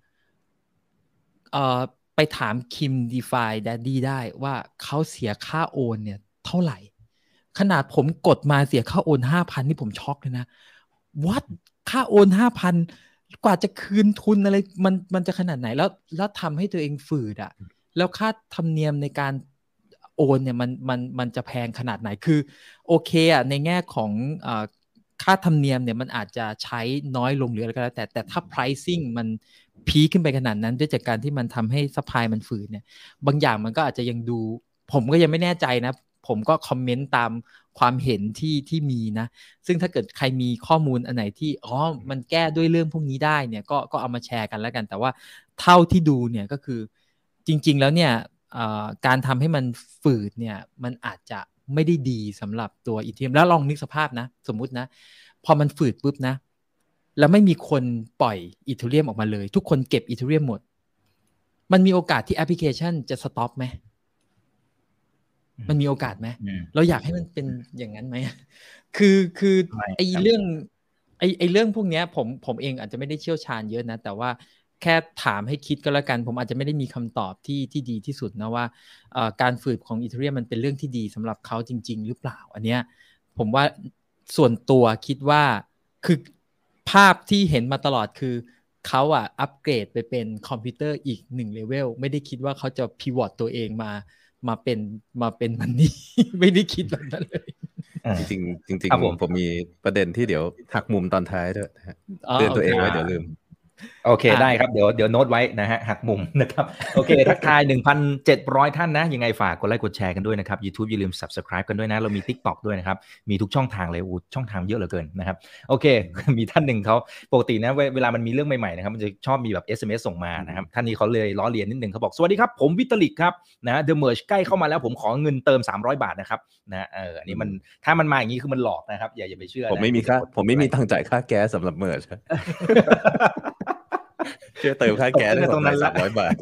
ไปถามคิม DeFi Daddy ได้ว่าเขาเสียค่าโอนเนี่ยเท่าไหร่ขนาดผมกดมาเสียค่าโอน 5,000 นี่ผมช็อกเลยนะ What ค่าโอน 5,000 กว่าจะคืนทุนอะไรมันจะขนาดไหนแล้วทำให้ตัวเองฝืดแล้วค่าธรรมเนียมในการโอนเนี่ยมันจะแพงขนาดไหนคือโอเคในแง่ของค่าธรรมเนียมเนี่ยมันอาจจะใช้น้อยลงหรืออะไรก็แล้วแต่ถ้า pricing มันพีคขึ้นไปขนาดนั้นด้วยจากการที่มันทำให้ซัพพลายมันฝืดเนี่ยบางอย่างมันก็อาจจะยังดูผมก็ยังไม่แน่ใจนะผมก็คอมเมนต์ตามความเห็นที่มีนะซึ่งถ้าเกิดใครมีข้อมูลอันไหนที่มันแก้ด้วยเรื่องพวกนี้ได้เนี่ยก็เอามาแชร์กันแล้วกันแต่ว่าเท่าที่ดูเนี่ยก็คือจริงๆแล้วเนี่ยการทำให้มันฝืดเนี่ยมันอาจจะไม่ได้ดีสำหรับตัวอีเธเรียมแล้วลองนึกสภาพนะสมมุตินะพอมันฝืดปุ๊บนะแล้วไม่มีคนปล่อยอีเธเรียมออกมาเลยทุกคนเก็บอีเธเรียมหมดมันมีโอกาสที่แอปพลิเคชันจะสต็อปไหมมันมีโอกาสไหมเราอยากให้มันเป็นอย่างนั้นไหมคือไอ้เรื่องพวกนี้ผมเองอาจจะไม่ได้เชี่ยวชาญเยอะนะแต่ว่าแค่ถามให้คิดก็แล้วกันผมอาจจะไม่ได้มีคำตอบที่ดีที่สุดนะว่าการฝืดของอีเธเรียมมันเป็นเรื่องที่ดีสำหรับเขาจริงๆหรือเปล่าอันเนี้ยผมว่าส่วนตัวคิดว่าคือภาพที่เห็นมาตลอดคือเขาอัปเกรดไปเป็นคอมพิวเตอร์อีก1เลเวลไม่ได้คิดว่าเขาจะพิวอตตัวเองมาเป็นมันนี่ไม่ได้คิดแบบนั้นเลยจริงผมมีประเด็นที่เดี๋ยวหักมุมตอนท้ายด้วยเตือนตัวเองไว้เดี๋ยวลืมโอเคได้ครับเดี๋ยวโน้ตไว้นะฮะหักมุมนะครับโอเคทักทาย 1,700 ท่านนะยังไงฝากกดไลค์กดแชร์กันด้วยนะครับ YouTube อย่าลืม Subscribe กันด้วยนะเรามี TikTok ด้วยนะครับมีทุกช่องทางเลยช่องทางเยอะเหลือเกินนะครับโอเค มีท่านหนึ่งเขาปกตินะเวลามันมีเรื่องใหม่ๆนะครับมันจะชอบมีแบบ SMS ส่งมานะครับท่านนี้เขาเลยล้อเลียนนิดนึงเขาบอกสวัสดีครับผมวิตลิกครับนะ The Merge ใกล้เข้ามาแล้วผมขอเงินเติม300 บาทนะครับนะอันนี้มันถ้ามันมาอย่างนี้คือมันหลอกนะครับอย่าไปเชื่อผมไม่มีตังค์จ่ายค่าแก๊สสำหรับเมิร์ชช่วยเติมค่าแก๊สได้ตรงนั้น300 บาท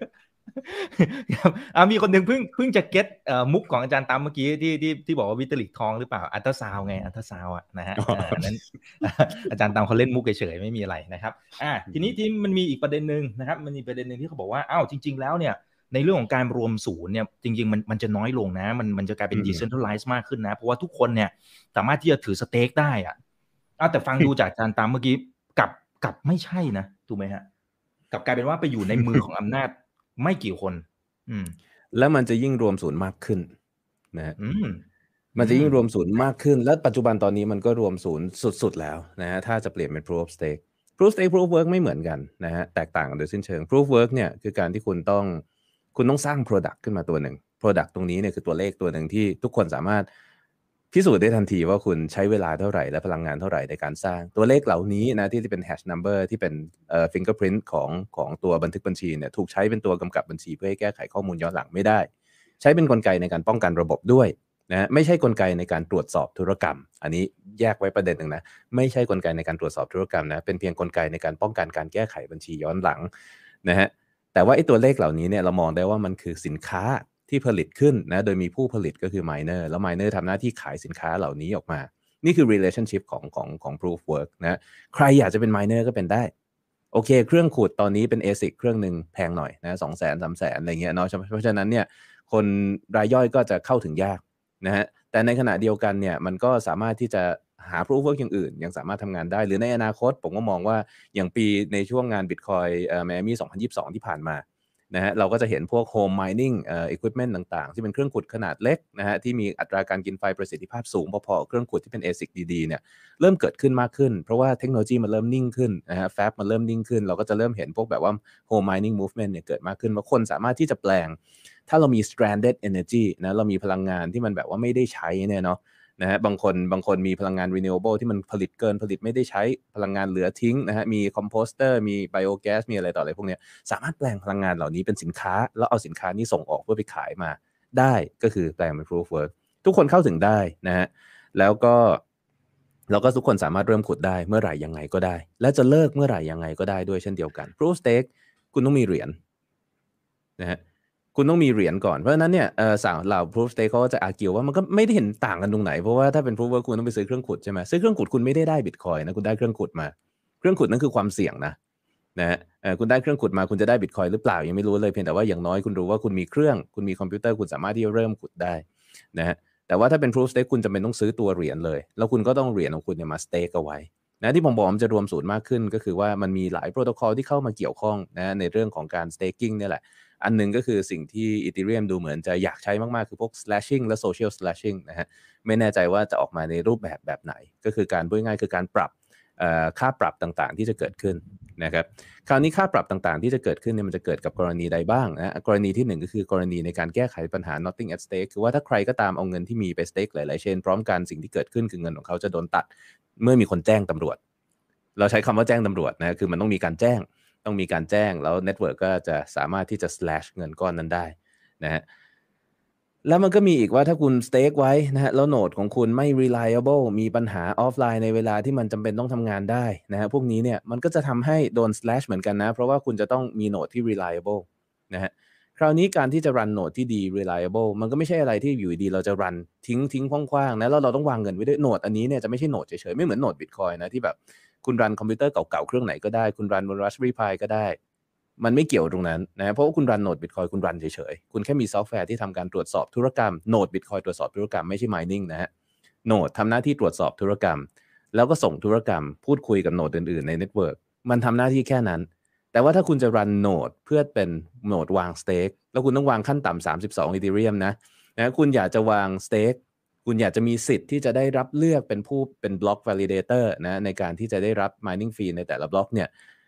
มีคนหนึ่งเพิ่งจะเก็ตมุกของอาจารย์ตั้มเมื่อกี้ที่บอกว่าวิตลิกทองหรือเปล่าอัลตราซาวไงอัลตราซาวนะฮะนั้นอาจารย์ตั้มเขาเล่นมุกเฉยๆไม่มีอะไรนะครับทีนี้ที่มันมีอีกประเด็นนึงนะครับมันมีประเด็นนึงที่เขาบอกว่าอ้าวจริงๆแล้วเนี่ยในเรื่องของการรวมศูนย์เนี่ยจริงๆมันจะน้อยลงนะมันจะกลายเป็น decentralized มากขึ้นนะเพราะว่าทุกคนเนี่ยสามารถที่จะถือสเต็กได้แต่ฟังดูจากอาจารย์ตั้มเมื่อกี้กับไม่ใช่นะถูกไหมฮะกับกลายเป็นว่าไปอยู่ในมือของอำนาจไม่กี่คนแล้วมันจะยิ่งรวมศูนย์มากขึ้นนะฮะมันจะยิ่งรวมศูนย์มากขึ้นและปัจจุบันตอนนี้มันก็รวมศูนย์สุดๆแล้วนะฮะถ้าจะเปลี่ยนเป็น proof of stake proof of stake proof of work ไม่เหมือนกันนะฮะแตกต่างกันโดยสิ้นเชิง proof of work เนี่ยคือการที่คุณต้องสร้าง product ขึ้นมาตัวหนึ่ง product ตรงนี้เนี่ยคือตัวเลขตัวหนึ่งที่ทุกคนสามารถพิสูจน์ได้ทันทีว่าคุณใช้เวลาเท่าไหร่และพลังงานเท่าไหร่ในการสร้างตัวเลขเหล่านี้นะที่เป็น hash number ที่เป็นfingerprint ของตัวบันทึกบัญชีเนี่ยถูกใช้เป็นตัวกำกับบัญชีเพื่อให้แก้ไขข้อมูลย้อนหลังไม่ได้ใช้เป็นกลไกในการป้องกันระบบด้วยนะไม่ใช่กลไกในการตรวจสอบธุรกรรมอันนี้แยกไว้ประเด็นหนึ่งนะไม่ใช่กลไกในการตรวจสอบธุรกรรมนะเป็นเพียงกลไกในการป้องกันการแก้ไขบัญชีย้อนหลังนะฮะแต่ว่าไอ้ตัวเลขเหล่านี้เนี่ยเรามองได้ว่ามันคือสินค้าที่ผลิตขึ้นนะโดยมีผู้ผลิตก็คือ miner แล้ว miner ทำหน้าที่ขายสินค้าเหล่านี้ออกมานี่คือ relationship ของ proof work นะใครอยากจะเป็น miner ก็เป็นได้โอเคเครื่องขูดตอนนี้เป็น ASIC เครื่องนึงแพงหน่อยนะ 200,000 300,000 อะไรเงี้ยเนาะเพราะฉะนั้นเนี่ยคนรายย่อยก็จะเข้าถึงยากนะฮะแต่ในขณะเดียวกันเนี่ยมันก็สามารถที่จะหา proof work อย่างอื่นยังสามารถทำงานได้หรือในอนาคตผมก็มองว่าอย่างปีในช่วงงาน Bitcoin Miami 2022 ที่ผ่านมานะฮะเราก็จะเห็นพวก home mining equipment ต่างๆที่เป็นเครื่องขุดขนาดเล็กนะฮะที่มีอัตราการกินไฟประสิทธิภาพสูงพอๆเครื่องขุดที่เป็น ASIC ดีๆเนี่ยเริ่มเกิดขึ้นมากขึ้นเพราะว่าเทคโนโลยีมันเริ่มนิ่งขึ้นนะฮะ fab มันเริ่มนิ่งขึ้นเราก็จะเริ่มเห็นพวกแบบว่า home mining movement เนี่ยเกิดมากขึ้นว่าคนสามารถที่จะแปลงถ้าเรามี stranded energy นะเรามีพลังงานที่มันแบบว่าไม่ได้ใช้เนี่ยเนาะนะฮะบางคนมีพลังงาน renewable ที่มันผลิตเกินผลิตไม่ได้ใช้พลังงานเหลือทิ้งนะฮะมี composter มี biogas มีอะไรต่ออะไรพวกนี้สามารถแปลงพลังงานเหล่านี้เป็นสินค้าแล้วเอาสินค้านี้ส่งออกเพื่อไปขายมาได้ก็คือแปลงเป็น proof of work ทุกคนเข้าถึงได้นะฮะแล้วก็ทุกคนสามารถเริ่มขุดได้เมื่อไหร่ยังไงก็ได้และจะเลิกเมื่อไหร่ยังไงก็ได้ด้วยเช่นเดียวกัน proof of stake คุณต้องมีเหรียญนะฮะคุณต้องมีเหรียญก่อนเพราะฉะนั้นเนี่ยเหล่า proof stake เขาก็จะargueว่ามันก็ไม่ได้เห็นต่างกันตรงไหนเพราะว่าถ้าเป็น proof work คุณต้องไปซื้อเครื่องขุดใช่ไหมซื้อเครื่องขุดคุณไม่ได้บิตคอยนะคุณได้เครื่องขุดมาเครื่องขุดนั่นคือความเสี่ยงนะฮะคุณได้เครื่องขุดมาคุณจะได้บิตคอยหรือเปล่ายังไม่รู้เลยเพียงแต่ว่าอย่างน้อยคุณรู้ว่าคุณมีเครื่องคุณมีคอมพิวเตอร์คุณสามารถที่จะเริ่มขุดได้นะฮะแต่ว่าถ้าเป็น proof stake คุณจำเป็นต้องซื้อตัวเหรียญเลยแล้วคุณก็ต้องเหรียญของคุณเนี่ยมา stake เอาไว้นะที่ผมบอกมันจะรวมศูนย์มากขึ้นก็คือว่ามันมีหลายโปรโตคอลที่เข้ามาเกี่ยวข้องนะในเรื่องของการ staking เนี่ยแหละอันนึงก็คือสิ่งที่ Ethereum ดูเหมือนจะอยากใช้มากๆคือพวก slashing และ social slashing นะฮะไม่แน่ใจว่าจะออกมาในรูปแบบไหนก็คือการพูดง่ายๆคือการปรับค่าปรับต่างๆที่จะเกิดขึ้นนะครับคราวนี้ค่าปรับต่างๆที่จะเกิดขึ้นเนี่ยมันจะเกิดกับกรณีใดบ้างนะกรณีที่1ก็คือกรณีในการแก้ไขปัญหา nothing at stake คือว่าถ้าใครก็ตามเอาเงินที่มีไป stake หลายๆเชนพร้อมกันสิ่งที่เกิดขึ้นคือเงินของเขาจะโดนตัดเมื่อมีคนแจ้งตำรวจเราใช้คำว่าแจ้งตำรวจนะคือมันต้องมีการแจ้งแล้วเน็ตเวิร์กก็จะสามารถที่จะ slash เงินก้อนนั้นได้นะฮะแล้วมันก็มีอีกว่าถ้าคุณ stake ไว้นะฮะแล้วโนดของคุณไม่ reliable มีปัญหาออฟไลน์ในเวลาที่มันจำเป็นต้องทำงานได้นะฮะพวกนี้เนี่ยมันก็จะทำให้โดน slash เหมือนกันนะเพราะว่าคุณจะต้องมีโนดที่ reliable นะฮะคราวนี้การที่จะ run โนดที่ดี reliable มันก็ไม่ใช่อะไรที่อยู่ดีเราจะ run ทิ้งคว้างๆนะแล้วเราต้องวางเงินไว้ด้วยโนดอันนี้เนี่ยจะไม่ใช่โนดเฉยๆไม่เหมือนโนด Bitcoin นะที่แบบคุณรันคอมพิวเตอร์เก่าๆเครื่องไหนก็ได้คุณรันบน Raspberry Pi ก็ได้มันไม่เกี่ยวตรงนั้นนะเพราะว่าคุณรันโนด Bitcoin คุณรันเฉยๆคุณแค่มีซอฟต์แวร์ที่ทำการตรวจสอบธุรกรรมโนด Bitcoin ตรวจสอบธุรกรรมไม่ใช่ mining นะฮะโนดทำหน้าที่ตรวจสอบธุรกรรมแล้วก็ส่งธุรกรรมพูดคุยกับโนดอื่นๆในเน็ตเวิร์กมันทำหน้าที่แค่นั้นแต่ว่าถ้าคุณจะรันโนดเพื่อเป็นโนดวางสเต็กแล้วคุณต้องวางขั้นต่ำ32 Ethereum นะคุณอยากจะวางสเต็กคุณอยากจะมีสิทธิ์ที่จะได้รับเลือกเป็นบล็อก validator นะในการที่จะได้รับ mining fee ในแต่ละบล็อกเนี่ย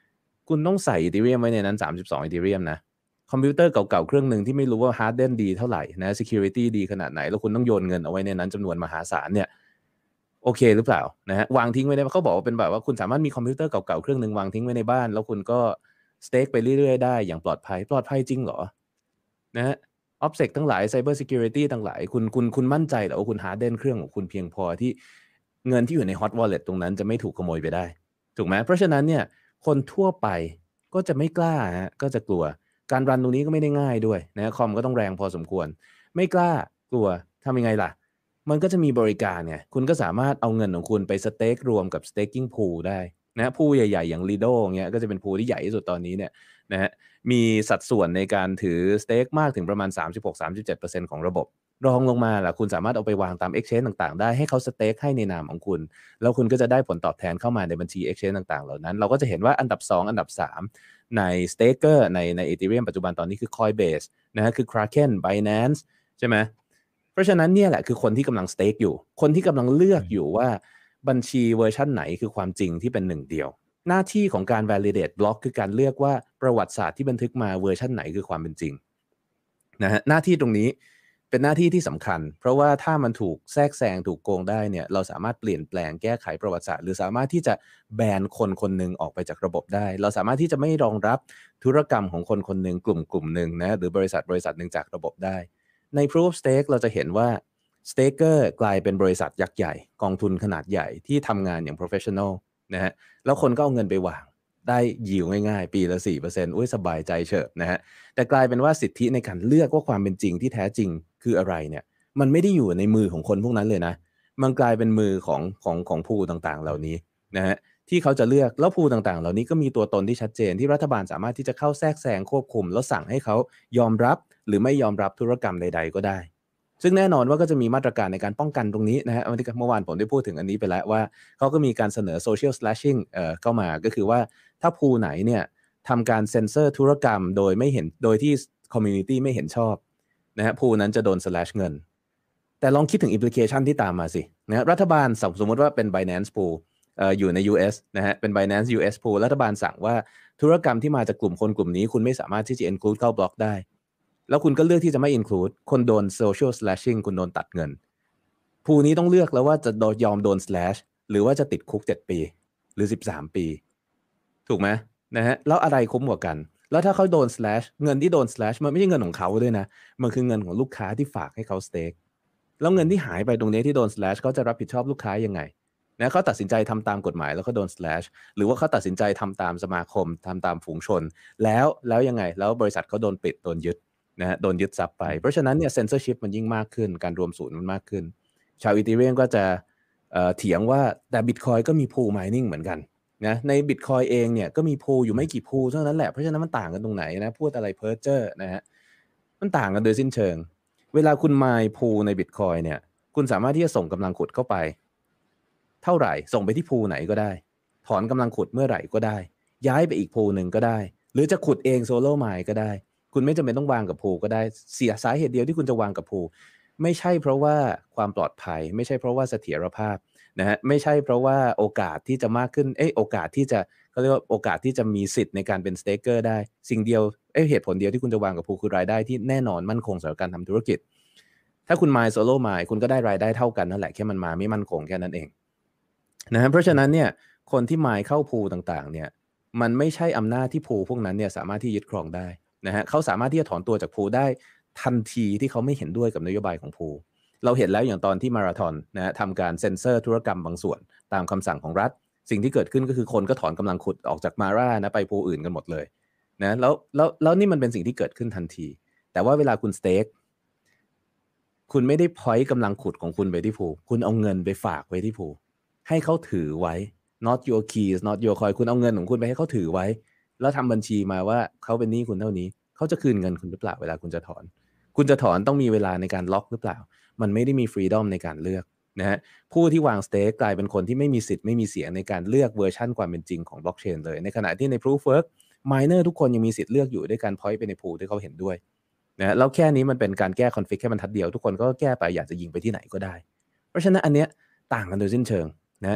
คุณต้องใส่ Ethereum ไว้ในนั้น32 Ethereum นะคอมพิวเตอร์เก่าๆเครื่องนึงที่ไม่รู้ว่า harden ดีเท่าไหร่นะ security ดีขนาดไหนแล้วคุณต้องโยนเงินเอาไว้ในนั้นจำนวนมหาศาลเนี่ยโอเคหรือเปล่านะฮะวางทิ้งไว้ได้เขาบอกว่าเป็นแบบว่าคุณสามารถมีคอมพิวเตอร์เก่าๆเครื่องนึงวางทิ้งไว้ในบ้านแล้วคุณก็สเต็กไปเรื่อยๆได้อย่างปลอดภัยจริงเหรอนะฮะOPSEC ทั้งหลาย Cyber Security ทั้งหลายคุณมั่นใจเหรอว่าคุณ harden เครื่องของคุณเพียงพอที่เงินที่อยู่ใน hot wallet ตรงนั้นจะไม่ถูกขโมยไปได้ถูกไหมเพราะฉะนั้นเนี่ยคนทั่วไปก็จะไม่กล้าฮะก็จะกลัวการรันตรงนี้ก็ไม่ได้ง่ายด้วยนะคอมก็ต้องแรงพอสมควรไม่กล้ากลัวทำยังไงล่ะมันก็จะมีบริการไงคุณก็สามารถเอาเงินของคุณไปสเต็กรวมกับ staking pool ได้นะpoolใหญ่ๆอย่าง Lido เงี้ยก็จะเป็น pool ที่ใหญ่ที่สุดตอนนี้เนี่ยนะฮะมีสัดส่วนในการถือสเต็กมากถึงประมาณ 36-37% ของระบบรองลงมาล่ะคุณสามารถเอาไปวางตาม exchange ต่างๆได้ให้เขาสเต็กให้ในนามของคุณแล้วคุณก็จะได้ผลตอบแทนเข้ามาในบัญชี exchange ต่างๆเหล่านั้นเราก็จะเห็นว่าอันดับ2อันดับ3ใน staker ใน Ethereum ปัจจุบันตอนนี้คือ Coinbase นะฮะคือ Kraken Binance ใช่ไหมเพราะฉะนั้นเนี่ยแหละคือคนที่กำลัง stake อยู่คนที่กำลังเลือกอยู่ว่าบัญชีเวอร์ชันไหนคือความจริงที่เป็นหนึ่งเดียวหน้าที่ของการ validate block คือการเลือกว่าประวัติศาสตร์ที่บันทึกมาเวอร์ชันไหนคือความเป็นจริงนะฮะหน้าที่ตรงนี้เป็นหน้าที่ที่สำคัญเพราะว่าถ้ามันถูกแทรกแซงถูกโกงได้เนี่ยเราสามารถเปลี่ยนแปลงแก้ไขประวัติศาสตร์หรือสามารถที่จะแบนคนหนึ่งออกไปจากระบบได้เราสามารถที่จะไม่รองรับธุรกรรมของคนหนึ่งกลุ่มหนึ่งนะหรือบริษัทหนึ่งจากระบบได้ใน Proof of Stake เราจะเห็นว่า Staker กลายเป็นบริษัทยักษ์ใหญ่กองทุนขนาดใหญ่ที่ทำงานอย่าง professional นะฮะแล้วคนก็เอาเงินไปวางได้ยิวง่ายๆปีละ 4% อุ้ยสบายใจเฉยนะฮะแต่กลายเป็นว่าสิทธิในการเลือกว่าความเป็นจริงที่แท้จริงคืออะไรเนี่ยมันไม่ได้อยู่ในมือของคนพวกนั้นเลยนะมันกลายเป็นมือของผู้ต่างๆเหล่านี้นะฮะที่เขาจะเลือกแล้วผู้ต่างๆเหล่านี้ก็มีตัวตนที่ชัดเจนที่รัฐบาลสามารถที่จะเข้าแทรกแซงควบคุมแล้วสั่งให้เขายอมรับหรือไม่ยอมรับธุรกรรมใดๆก็ได้ซึ่งแน่นอนว่าก็จะมีมาตรการในการป้องกันตรงนี้นะฮะเมื่อวานผมได้พูดถึงอันนี้ไปแล้วว่าเขาก็มีการเสนอ social slashing เข้ามาก็คือว่าถ้าพูไหนเนี่ยทำการเซ็นเซอร์ธุรกรรมโดยที่ community ไม่เห็นชอบนะฮะพูนั้นจะโดน slash เงินแต่ลองคิดถึง implication ที่ตามมาสินะรัฐบาลสมมติว่าเป็น Binance Pool อยู่ใน US นะฮะเป็น Binance US Pool รัฐบาลสั่งว่าธุรกรรมที่มาจากกลุ่มคนกลุ่มนี้คุณไม่สามารถที่จะ include เข้าบล็อกได้แล้วคุณก็เลือกที่จะไม่ include คนโดน social slashing คุณโดนตัดเงินพูนี้ต้องเลือกแล้วว่าจะยอมโดน slash หรือว่าจะติดคุก7 ปีหรือ13 ปีถูกไหมนะฮะแล้วอะไรคุ้มกว่ากันแล้วถ้าเขาโดน slash เงินที่โดน slash มันไม่ใช่เงินของเขาด้วยนะมันคือเงินของลูกค้าที่ฝากให้เขา stake แล้วเงินที่หายไปตรงนี้ที่โดน slash เขาจะรับผิดชอบลูกค้ายังไงนะเขาตัดสินใจทำตามกฎหมายแล้วเขาโดน slash หรือว่าเขาตัดสินใจทำตามสมาคมทำตามฝูงชนแล้วยังไงแล้วบริษัทเขาโดนปิดโดนยึดนะฮะโดนยึดทรัพย์ไปเพราะฉะนั้นเนี่ย censorship มันยิ่งมากขึ้นการรวมศูนย์มันมากขึ้นชาว Ethereum ก็จะเถียงว่าแต่ Bitcoin ก็มี pool mining เหมือนกันนะใน Bitcoin เองเนี่ยก็มี pool อยู่ไม่กี่ pool เท่านั้นแหละเพราะฉะนั้นมันต่างกันตรงไหนนะพูดอะไรเพ้อเจ้อนะฮะมันต่างกันโดยสิ้นเชิงเวลาคุณ mine pool ใน Bitcoin เนี่ยคุณสามารถที่จะส่งกำลังขุดเข้าไปเท่าไหร่ส่งไปที่ pool ไหนก็ได้ถอนกำลังขุดเมื่อไหร่ก็ได้ย้ายไปอีก pool นึงก็ได้หรือจะขุดเอง solo mine ก็ได้คุณไม่จำเป็นต้องวางกับ pool ก็ได้เสียสาเหตุเดียวที่คุณจะวางกับ pool ไม่ใช่เพราะว่าความปลอดภัยไม่ใช่เพราะว่าเสถียรภาพนะฮะไม่ใช่เพราะว่าโอกาสที่จะมากขึ้นโอกาสที่จะเขาเรียกว่าโอกาสที่จะมีสิทธิ์ในการเป็นสเต็กเกอร์ได้สิ่งเดียวเหตุผลเดียวที่คุณจะวางกับพูคือรายได้ที่แน่นอนมั่นคงสำหรับการทำธุรกิจถ้าคุณมายโซโล่มายคุณก็ได้รายได้เท่ากันนั่นแหละแค่มันมาไม่มั่นคงแค่นั้นเองนะฮะเพราะฉะนั้นเนี่ยคนที่มายเข้าพูต่างๆเนี่ยมันไม่ใช่อำนาจที่พูพวกนั้นเนี่ยสามารถที่ยึดครองได้นะฮะเขาสามารถที่จะถอนตัวจากพูได้ทันทีที่เขาไม่เห็นด้วยกับนโยบายของพูเราเห็นแล้วอย่างตอนที่มาราธอนนะฮะทำการเซ็นเซอร์ธุรกรรมบางส่วนตามคำสั่งของรัฐสิ่งที่เกิดขึ้นก็คือคนก็ถอนกำลังขุดออกจากมารานะไปพูอื่นกันหมดเลยนะแล้วนี่มันเป็นสิ่งที่เกิดขึ้นทันทีแต่ว่าเวลาคุณสเต็กคุณไม่ได้พอยต์กำลังขุดของคุณไปที่พูคุณเอาเงินไปฝากไว้ที่พูให้เขาถือไว้ not your keys not your coin คุณเอาเงินของคุณไปให้เขาถือไว้แล้วทำบัญชีมาว่าเขาเป็นหนี้คุณเท่านี้เขาจะคืนเงินคุณหรือเปล่าเวลาคุณจะถอนต้องมีเวลาในการล็อกหรือเปล่ามันไม่ได้มีฟรีดอมในการเลือกนะฮะผู้ที่วางสเต็กกลายเป็นคนที่ไม่มีสิทธิ์ไม่มีเสียงในการเลือกเวอร์ชั่นความเป็นจริงของบล็อกเชนเลยในขณะที่ใน Proof Work Miner ทุกคนยังมีสิทธิ์เลือกอยู่ด้วยการ point ไปใน pool ที่เขาเห็นด้วยนะแล้วแค่นี้มันเป็นการแก้คอนฟลิกต์แค่บรรทัดเดียวทุกคนก็แก้ไปอยากจะยิงไปที่ไหนก็ได้เพราะฉะนั้นอันเนี้ยต่างกันโดยสิ้นเชิงนะ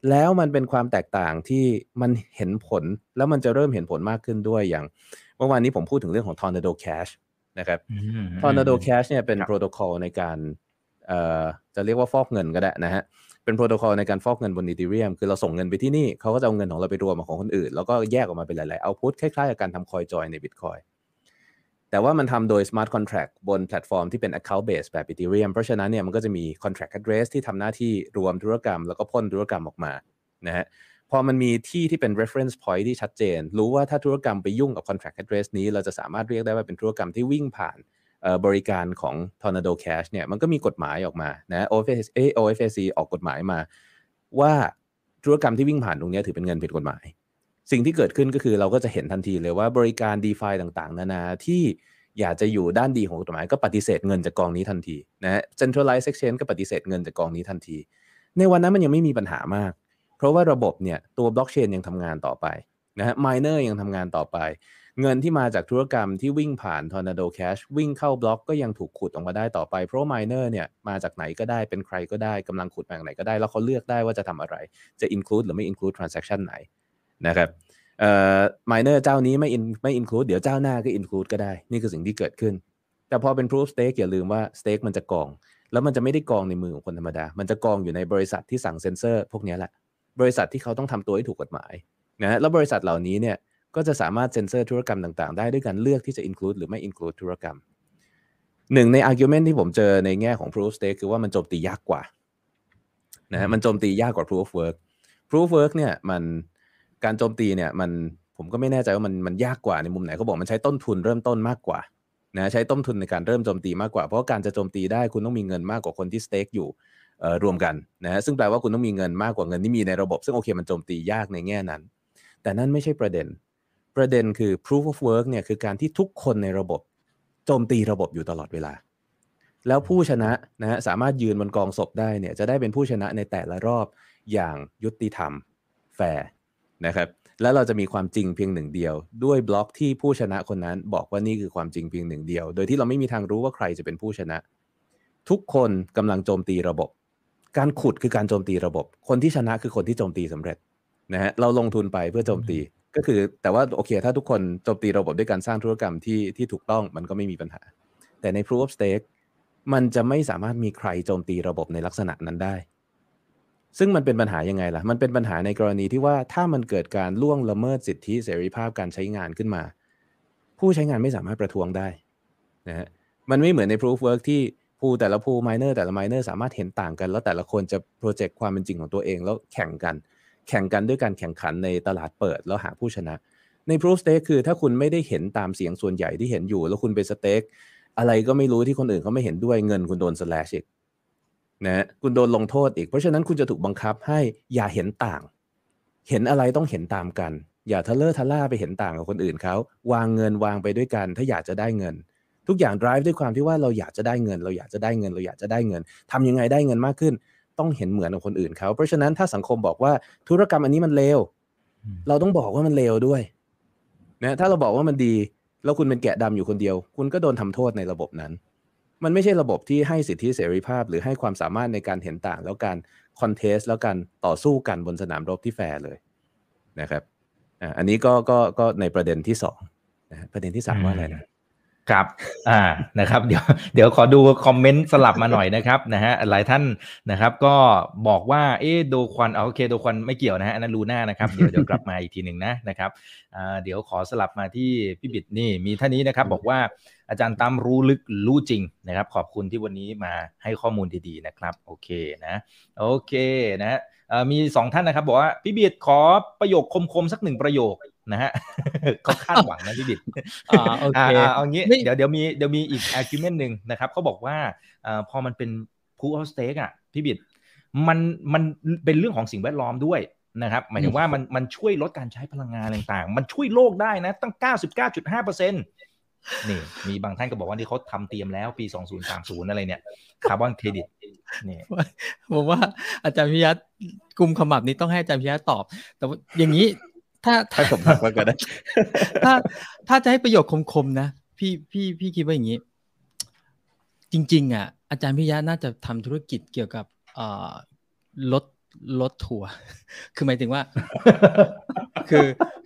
แล้วมันเป็นความแตกต่างที่มันเห็นผลแล้วมันจะเริ่มเห็นผลมากขึ้นด้วยอย่างเมื่อวานนี้ผมพูดถึงเรื่องของ Tornado Cash นะครับ Tornado Cash เนี่ยเป็นโปรโตคอลในการจะเรียกว่าฟอกเงินก็ได้นะฮะเป็นโปรโตคอลในการฟอกเงินบน Ethereum คือเราส่งเงินไปที่นี่เขาก็จะเอาเงินของเราไปรวมกับของคนอื่นแล้วก็แยกออกมาเป็นหลายๆ output คล้ายๆกับการทำ coin join ใน Bitcoin แต่ว่ามันทำโดย smart contract บนแพลตฟอร์มที่เป็น account base แบบ Ethereum เพราะฉะนั้นเนี่ยมันก็จะมี contract address ที่ทำหน้าที่รวมธุรกรรมแล้วก็พ่นธุรกรรมออกมานะฮะพอมันมีที่เป็น reference point ที่ชัดเจนรู้ว่าถ้าธุรกรรมไปยุ่งกับ contract address นี้เราจะสามารถเรียกได้ว่าเป็นธุรกรรมที่วิ่งผ่านบริการของ Tornado Cash เนี่ยมันก็มีกฎหมายออกมานะ OFAC ออกกฎหมายมาว่าธุรกรรมที่วิ่งผ่านตรงนี้ถือเป็นเงินผิดกฎหมายสิ่งที่เกิดขึ้นก็คือเราก็จะเห็นทันทีเลยว่าบริการ DeFi ต่างๆนานาที่อยากจะอยู่ด้านดีของกฎหมายก็ปฏิเสธเงินจากกองนี้ทันทีนะ Centralized Exchange ก็ปฏิเสธเงินจากกองนี้ทันทีในวันนั้นมันยังไม่มีปัญหามากเพราะว่าระบบเนี่ยตัวบล็อกเชนยังทำงานต่อไปนะฮะ Miner ยังทำงานต่อไปเงินที่มาจากธุรกรรมที่วิ่งผ่าน Tornado Cash วิ่งเข้าบล็อกก็ยังถูกขุดออกมาได้ต่อไปเพราะ Miner เนี่ยมาจากไหนก็ได้เป็นใครก็ได้กำลังขุดมาจากไหนก็ได้แล้วเขาเลือกได้ว่าจะทำอะไรจะ include หรือไม่ include transaction ไหนนะครับminer เจ้านี้ไม่ include เดี๋ยวเจ้าหน้าก็ include ก็ได้นี่คือสิ่งที่เกิดขึ้นแต่พอเป็น proof stake อย่าลืมว่า stake มันจะกองแล้วมันจะไม่ได้กองในมือของคนธรรมดามันจะกองอยู่ในบริษัทที่สั่งเซ็นเซอร์พวกนี้แหละบริษัทที่เขาต้องทำตัวให้ถูกกฎหมายนะแล้วบริษัทเหล่านี้เนี่ยก็จะสามารถเซ็นเซอร์ธุรกรรมต่างๆได้ด้วยการเลือกที่จะ include หรือไม่ include ธุรกรรมหนึ่งใน argument ที่ผมเจอในแง่ของ proof stake คือว่ามันโจมตียากกว่านะมันโจมตียากกว่า proof of work proof of work เนี่ยมันการโจมตีเนี่ยผมก็ไม่แน่ใจว่ามันยากกว่าในมุมไหนเขาบอกมันใช้ต้นทุนเริ่มต้นมากกว่านะใช้ต้นทุนในการเริ่มโจมตีมากกว่าเพราะการจะโจมตีได้คุณต้องมีเงินมากกว่าคนที่สเต็กอยู่รวมกันนะซึ่งแปลว่าคุณต้องมีเงินมากกว่าเงินที่มีในระบบซึ่งโอเคมันโจมตียากในแง่นั้นแต่นั่นไม่ใช่ประเด็นคือ proof of work เนี่ยคือการที่ทุกคนในระบบโจมตีระบบอยู่ตลอดเวลาแล้วผู้ชนะนะฮะสามารถยืนบนกองศพได้เนี่ยจะได้เป็นผู้ชนะในแต่ละรอบอย่างยุติธรรมแฟร์นะครับแล้วเราจะมีความจริงเพียงหนึ่งเดียวด้วยบล็อกที่ผู้ชนะคนนั้นบอกว่านี่คือความจริงเพียงหนึ่งเดียวโดยที่เราไม่มีทางรู้ว่าใครจะเป็นผู้ชนะทุกคนกำลังโจมตีระบบการขุดคือการโจมตีระบบคนที่ชนะคือคนที่โจมตีสำเร็จนะฮะเราลงทุนไปเพื่อโจมตีก็คือแต่ว่าโอเคถ้าทุกคนโจมตีระบบด้วยการสร้างธุรกรรมที่ถูกต้องมันก็ไม่มีปัญหาแต่ใน Proof of Stake มันจะไม่สามารถมีใครโจมตีระบบในลักษณะนั้นได้ซึ่งมันเป็นปัญหายังไงล่ะมันเป็นปัญหาในกรณีที่ว่าถ้ามันเกิดการล่วงละเมิดสิทธิเสรีภาพการใช้งานขึ้นมาผู้ใช้งานไม่สามารถประท้วงได้นะฮะมันไม่เหมือนใน Proof of Work ที่ผู้แต่ละผู้ Miner แต่ละ Miner สามารถเห็นต่างกันแล้วแต่ละคนจะโปรเจกต์ความเป็นจริงของตัวเองแล้วแข่งกันด้วยการแข่งขันในตลาดเปิดแล้วหาผู้ชนะใน Proof Stake คือถ้าคุณไม่ได้เห็นตามเสียงส่วนใหญ่ที่เห็นอยู่แล้วคุณไปสเต็กอะไรก็ไม่รู้ที่คนอื่นเขาไม่เห็นด้วยเงินคุณโดนสแลชอีกนะคุณโดนลงโทษอีกเพราะฉะนั้นคุณจะถูกบังคับให้อย่าเห็นต่างเห็นอะไรต้องเห็นตามกันอย่าทะเลาะทะล่าไปเห็นต่างกับคนอื่นเขาวางเงินวางไปด้วยกันถ้าอยากจะได้เงินทุกอย่าง drive ด้วยความที่ว่าเราอยากจะได้เงินเราอยากจะได้เงินเราอยากจะได้เงินทำยังไงได้เงินมากขึ้นต้องเห็นเหมือนกับคนอื่นเขาเพราะฉะนั้นถ้าสังคมบอกว่าธุรกรรมอันนี้มันเลวเราต้องบอกว่ามันเลวด้วยนะถ้าเราบอกว่ามันดีแล้วคุณเป็นแกะดำอยู่คนเดียวคุณก็โดนทำโทษในระบบนั้นมันไม่ใช่ระบบที่ให้สิทธิเสรีภาพหรือให้ความสามารถในการเห็นต่างแล้วการคอนเทสต์แล้วการต่อสู้กันบนสนามรบที่แฟร์เลยนะครับอันนี้ก็ในประเด็นที่2นะประเด็นที่3ว่าอะไรนะครับนะครับเดี๋ยวขอดูคอมเมนต์สลับมาหน่อยนะครับนะฮะหลายท่านนะครับก็บอกว่าโดควันโอเคโดควันไม่เกี่ยวนะฮะอันนั้นลูน่านะครับเดี๋ยวกลับมาอีกทีหนึ่งนะครับเดี๋ยวขอสลับมาที่พี่บิดนี่มีท่านนี้นะครับบอกว่าอาจารย์ตั้มรู้ลึกรู้จริงนะครับขอบคุณที่วันนี้มาให้ข้อมูลดีๆนะครับโอเคนะมี2ท่านนะครับบอกว่าพี่บิดขอประโยคคมๆสัก1ประโยคนะฮะเขาคาดหวังนะพี่บิดโอเคเอางี้เดี๋ยวมีอีก argument นึงนะครับเขาบอกว่าพอมันเป็น proof of stake อ่ะพี่บิดมันเป็นเรื่องของสิ่งแวดล้อมด้วยนะครับหมายถึงว่ามันช่วยลดการใช้พลังงานต่างๆมันช่วยโลกได้นะตั้ง 99.5% นี่มีบางท่านก็บอกว่าที่เขาทำเตรียมแล้วปี2030อะไรเนี่ยคาร์บอนเครดิตนี่ผมว่าอาจารย์พิยะกุมขมับนี้ต้องให้อาจารย์พิยะตอบแต่อย่างนี้ถ้าผมพักไว้ก็ได้ถ้าจะให้ประโยคคมๆนะพี่คิดว่าอย่างนี้จริงๆอ่ะอาจารย์พิยะน่าจะทำธุรกิจเกี่ยวกับลดรถทัวร์ คือหมายถึงว่า คือ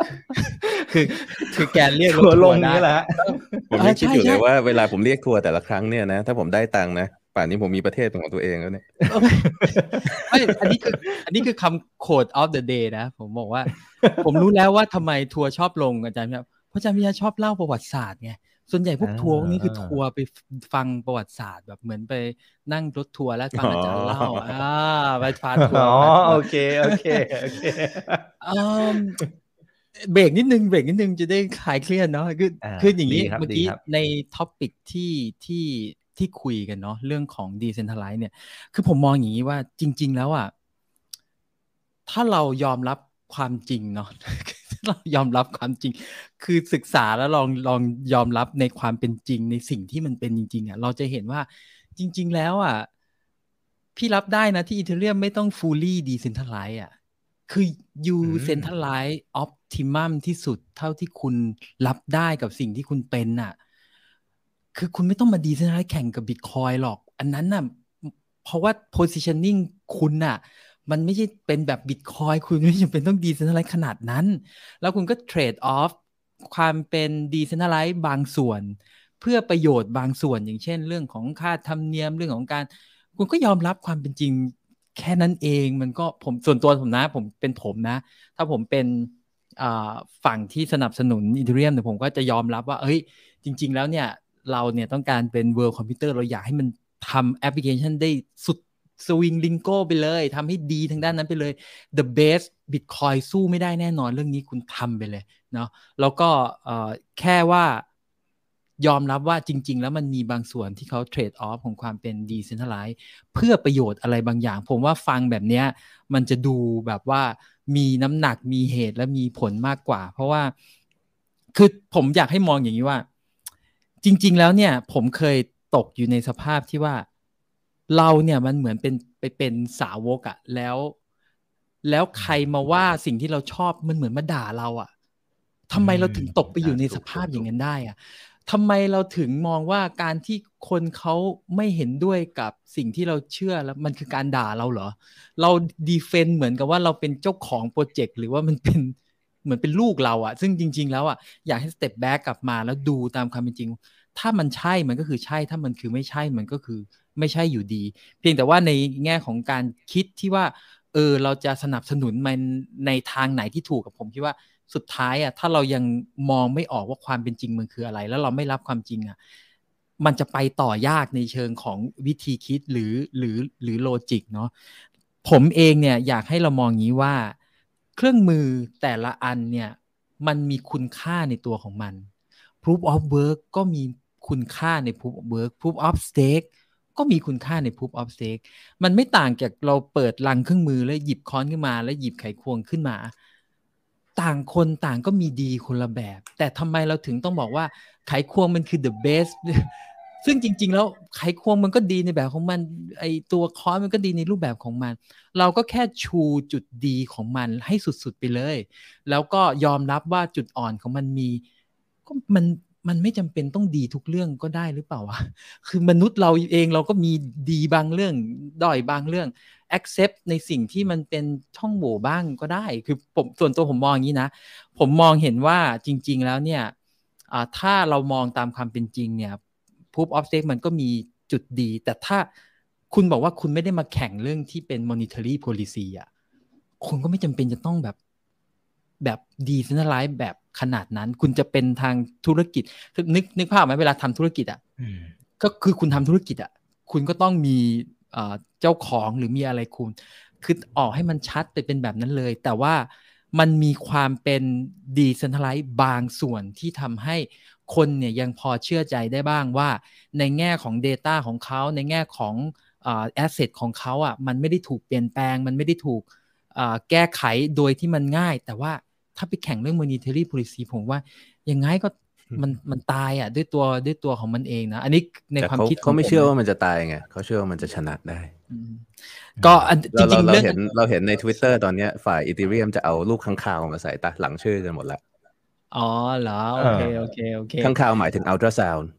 คือแกเรียกรถทัวร์ลทัวงร์ได้นี่แหละผมยังคิดอยู่เลยใช่ว่าเวลาผมเรียกทัวร์แต่ละครั้งเนี่ยนะถ้าผมได้ตังค์นะป่านนี้ผมมีประเทศเป็นของตัวเองแล้วเนี่ยไม่อันนี้คือคำ quote of the day นะผมบอกว่า ผมรู้แล้วว่าทำไมทัวร์ชอบลงอาจารย์ครับเพราะอาจารย์พิยาชอบเล่าประวัติศาสตร์ไงส่วนใหญ่พวกทัวร์พวกนี้คือทัวร์ไปฟังประวัติศาสตร์แบบเหมือนไปนั่งรถทัวร์แล้วฟังอาจารย์เล่าไปพาทัวร์โอเคเบรกนิดนึงจะได้คลายเครียดเนาะคืออย่างนี้เมื่อกี้ในท็อปิกที่คุยกันเนาะเรื่องของ decentralize เนี่ยคือผมมองอย่างนี้ว่าจริงๆแล้วอ่ะถ้าเรายอมรับความจริงเนาะ เรายอมรับความจริงคือศึกษาแล้วลองยอมรับในความเป็นจริงในสิ่งที่มันเป็นจริงๆอ่ะเราจะเห็นว่าจริงๆแล้วอ่ะพี่รับได้นะที่ Ethereum ไม่ต้อง fully decentralize อ่ะคือ you centralize optimum ที่สุดเท่าที่คุณรับได้กับสิ่งที่คุณเป็นน่ะคือคุณไม่ต้องมา decentralize แข่งกับ Bitcoin หรอกอันนั้นน่ะเพราะว่า positioning คุณน่ะมันไม่ใช่เป็นแบบ Bitcoin คุณไม่จำเป็นต้อง decentralize ขนาดนั้นแล้วคุณก็ trade off ความเป็น decentralize บางส่วนเพื่อประโยชน์บางส่วนอย่างเช่นเรื่องของค่าธรรมเนียมเรื่องของการคุณก็ยอมรับความเป็นจริงแค่นั้นเองมันก็ผมส่วนตัวผมนะผมนะถ้าผมเป็นฝั่งที่สนับสนุน Ethereum เนี่ยผมก็จะยอมรับว่าเฮ้ยจริงๆแล้วเนี่ยเราเนี่ยต้องการเป็น World Computer เราอยากให้มันทำแอปพลิเคชันได้สุดสวิงลิงโก้ไปเลยทำให้ดีทางด้านนั้นไปเลย The best Bitcoin สู้ไม่ได้แน่นอนเรื่องนี้คุณทำไปเลยเนาะแล้วก็แค่ว่ายอมรับว่าจริงๆแล้วมันมีบางส่วนที่เขาเทรดออฟของความเป็น Decentralize เพื่อประโยชน์อะไรบางอย่างผมว่าฟังแบบเนี้ยมันจะดูแบบว่ามีน้ำหนักมีเหตุและมีผลมากกว่าเพราะว่าคือผมอยากให้มองอย่างนี้ว่าจริงๆแล้วเนี่ยผมเคยตกอยู่ในสภาพที่ว่าเราเนี่ยมันเหมือนเป็นสาวกอะแล้วใครมาว่าสิ่งที่เราชอบมันเหมือนมาด่าเราอะทำไมเราถึงตกไปอยู่ในสภาพอย่างนั้นได้อะทำไมเราถึงมองว่าการที่คนเขาไม่เห็นด้วยกับสิ่งที่เราเชื่อแล้วมันคือการด่าเราเหรอเราดีเฟนต์เหมือนกับว่าเราเป็นเจ้าของโปรเจกต์หรือว่ามันเป็นเหมือนเป็นลูกเราอะซึ่งจริงๆแล้วอะอยากให้สเต็ปแบ็กกลับมาแล้วดูตามความเป็นจริงถ้ามันใช่มันก็คือใช่ถ้ามันคือไม่ใช่มันก็คือไม่ใช่อยู่ดีเพียงแต่ว่าในแง่ของการคิดที่ว่าเราจะสนับสนุนมันในทางไหนที่ถูกกับผมคิดว่าสุดท้ายอ่ะถ้าเรายังมองไม่ออกว่าความเป็นจริงมันคืออะไรแล้วเราไม่รับความจริงอ่ะมันจะไปต่อยากในเชิงของวิธีคิดหรือโลจิกเนาะผมเองเนี่ยอยากให้เรามองงี้ว่าเครื่องมือแต่ละอันเนี่ยมันมีคุณค่าในตัวของมัน proof of work ก็มีคุณค่าใน proof of work proof of stake ก็มีคุณค่าใน proof of stake มันไม่ต่างจากเราเปิดลังเครื่องมือแล้วหยิบค้อนขึ้นมาแล้วหยิบไขควงขึ้นมาต่างคนต่างก็มีดีคนละแบบแต่ทำไมเราถึงต้องบอกว่าไขควงมันคือ the best ซึ่งจริงๆแล้วไขควงมันก็ดีในแบบของมันไอตัวค้อนมันก็ดีในรูปแบบของมันเราก็แค่ชูจุดดีของมันให้สุดๆไปเลยแล้วก็ยอมรับว่าจุดอ่อนของมันมีก็มันไม่จำเป็นต้องดีทุกเรื่องก็ได้หรือเปล่าวะคือมนุษย์เราเองเราก็มีดีบางเรื่องด้อยบางเรื่อง accept ในสิ่งที่มันเป็นช่องโหว่บ้างก็ได้คือผมส่วนตัวผมมองอย่างนี้นะผมมองเห็นว่าจริงๆแล้วเนี่ยถ้าเรามองตามความเป็นจริงเนี่ย proof of stake มันก็มีจุดดีแต่ถ้าคุณบอกว่าคุณไม่ได้มาแข่งเรื่องที่เป็น monetary policy อ่ะคุณก็ไม่จำเป็นจะต้องแบบ decentralize แบบขนาดนั้นคุณจะเป็นทางธุรกิจนึกภาพไหมเวลาทำธุรกิจอ่ะก็คือคุณทำธุรกิจอ่ะคุณก็ต้องมีเจ้าของหรือมีอะไรคุณคือออกให้มันชัดไปเป็นแบบนั้นเลยแต่ว่ามันมีความเป็น decentralize บางส่วนที่ทำให้คนเนี่ยยังพอเชื่อใจได้บ้างว่าในแง่ของ data ของเขาในแง่ของasset ของเขาอ่ะมันไม่ได้ถูกเปลี่ยนแปลงมันไม่ได้ถูกแก้ไขโดยที่มันง่ายแต่ว่าถ้าไปแข่งเรื่อง monetary policy ผมว่ายังไงก็มันตายอ่ะด้วยตัวของมันเองนะอันนี้ในความคิดเขาไม่เชื่อว่ามันจะตายไงเขาเชื่อว่ามันจะชนะได้ก็จริงๆเราเห็นใน Twitter ตอนนี้ฝ่าย Ethereum จะเอาลูกค้างคาวมาใส่หลังชื่อกันหมดแล้วอ๋อเหรอโอเคค้างคาวหมายถึง ultrasound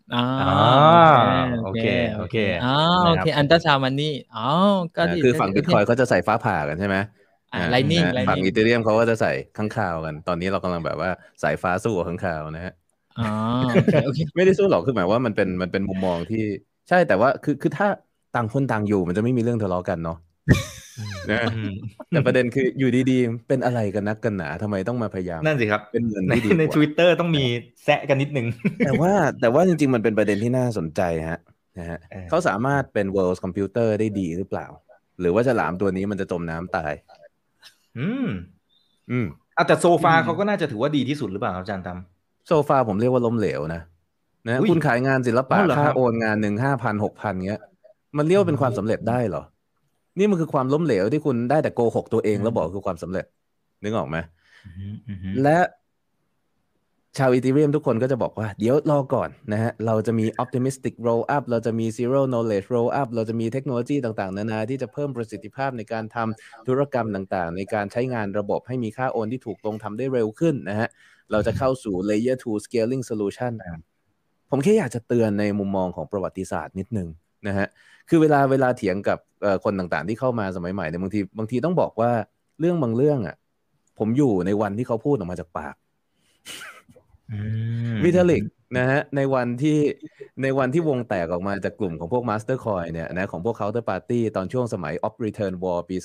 อ๋ออ๋อโอโอเคเคโอโอเคเคอ๋อนะโอครัเคบอันตราซาวด์มันนี่อ๋อก็ดีคือฝั่งโอเค Bitcoin เขาจะใส่ฟ้าผ่ากันใช่ไหม Lightning นะฝั่ง Lightning Ethereum เขาก็จะใส่ข้างคาวกัน ตอนนี้เรากำลังแบบว่าสายฟ้าสู้กับข้างคาวนะฮะอ๋อโอเคโอเคไม่ได้สู้หรอกคือหมายว่ามันเป็นมุมมองที่ใช่แต่ว่าคือถ้าต่างคนต่างอยู่มันจะไม่มีเรื่องทะเลาะกันเนาะนะอืมแต่ประเด็นคืออยู่ดีๆเป็นอะไรกันนักกันหนาทำไมต้องมาพยายามนั่นสิครับเป็นเงินในที่ดีในกว่า Twitter ต้องมีแซะกันนิดนึงแต่ว่าจริงๆมันเป็นประเด็นที่น่าสนใจนะฮะเออเขาสามารถเป็น world computer ได้ดีหรือเปล่า หรือว่าฉลามตัวนี้มันจะจมน้ำตายอืมอืมแต่โซฟาเขาก็น่าจะถือว่าดีที่สุดหรือเปล่าครับอาจารย์ตั้มโซฟาผมเรียกว่าล้มเหลวนะอุ๊ยคุณขายงานศิลปะอ๋อเหรอค่าครับโอนงาน1 5,000 6,000เงี้ยมันเรียกว่าเป็นความสำเร็จได้เหรอ นี่มันคือความล้มเหลวที่คุณได้แต่โกหกตัวเองแล้วบอกคือความสำเร็จนึกออกไหม และชาวอีเธเรียมทุกคนก็จะบอกว่าเดี๋ยวรอก่อนนะฮะเราจะมี optimistic roll up เราจะมี zero knowledge roll up เราจะมีเทคโนโลยีต่างๆนานาที่จะเพิ่มประสิทธิภาพในการทำธุรกรรมต่างๆในการใช้งานระบบให้มีค่าโอนที่ถูกลงทำได้เร็วขึ้นนะฮะเราจะเข้าสู่ layer 2 scaling solution ผมแค่อยากจะเตือนในมุมมองของประวัติศาสตร์นิดนึงนะฮะคือเวลาเถียงกับคนต่างๆที่เข้ามาสมัยใหม่เนี่ยบางทีต้องบอกว่าเรื่องบางเรื่องอ่ะผมอยู่ในวันที่เขาพูดออกมาจากปากวิทาลิกนะฮะในวันที่วงแตกออกมาจากกลุ่มของพวก Mastercoin เนี่ยนะของพวก Counter Party ตอนช่วงสมัย Op Return War ปี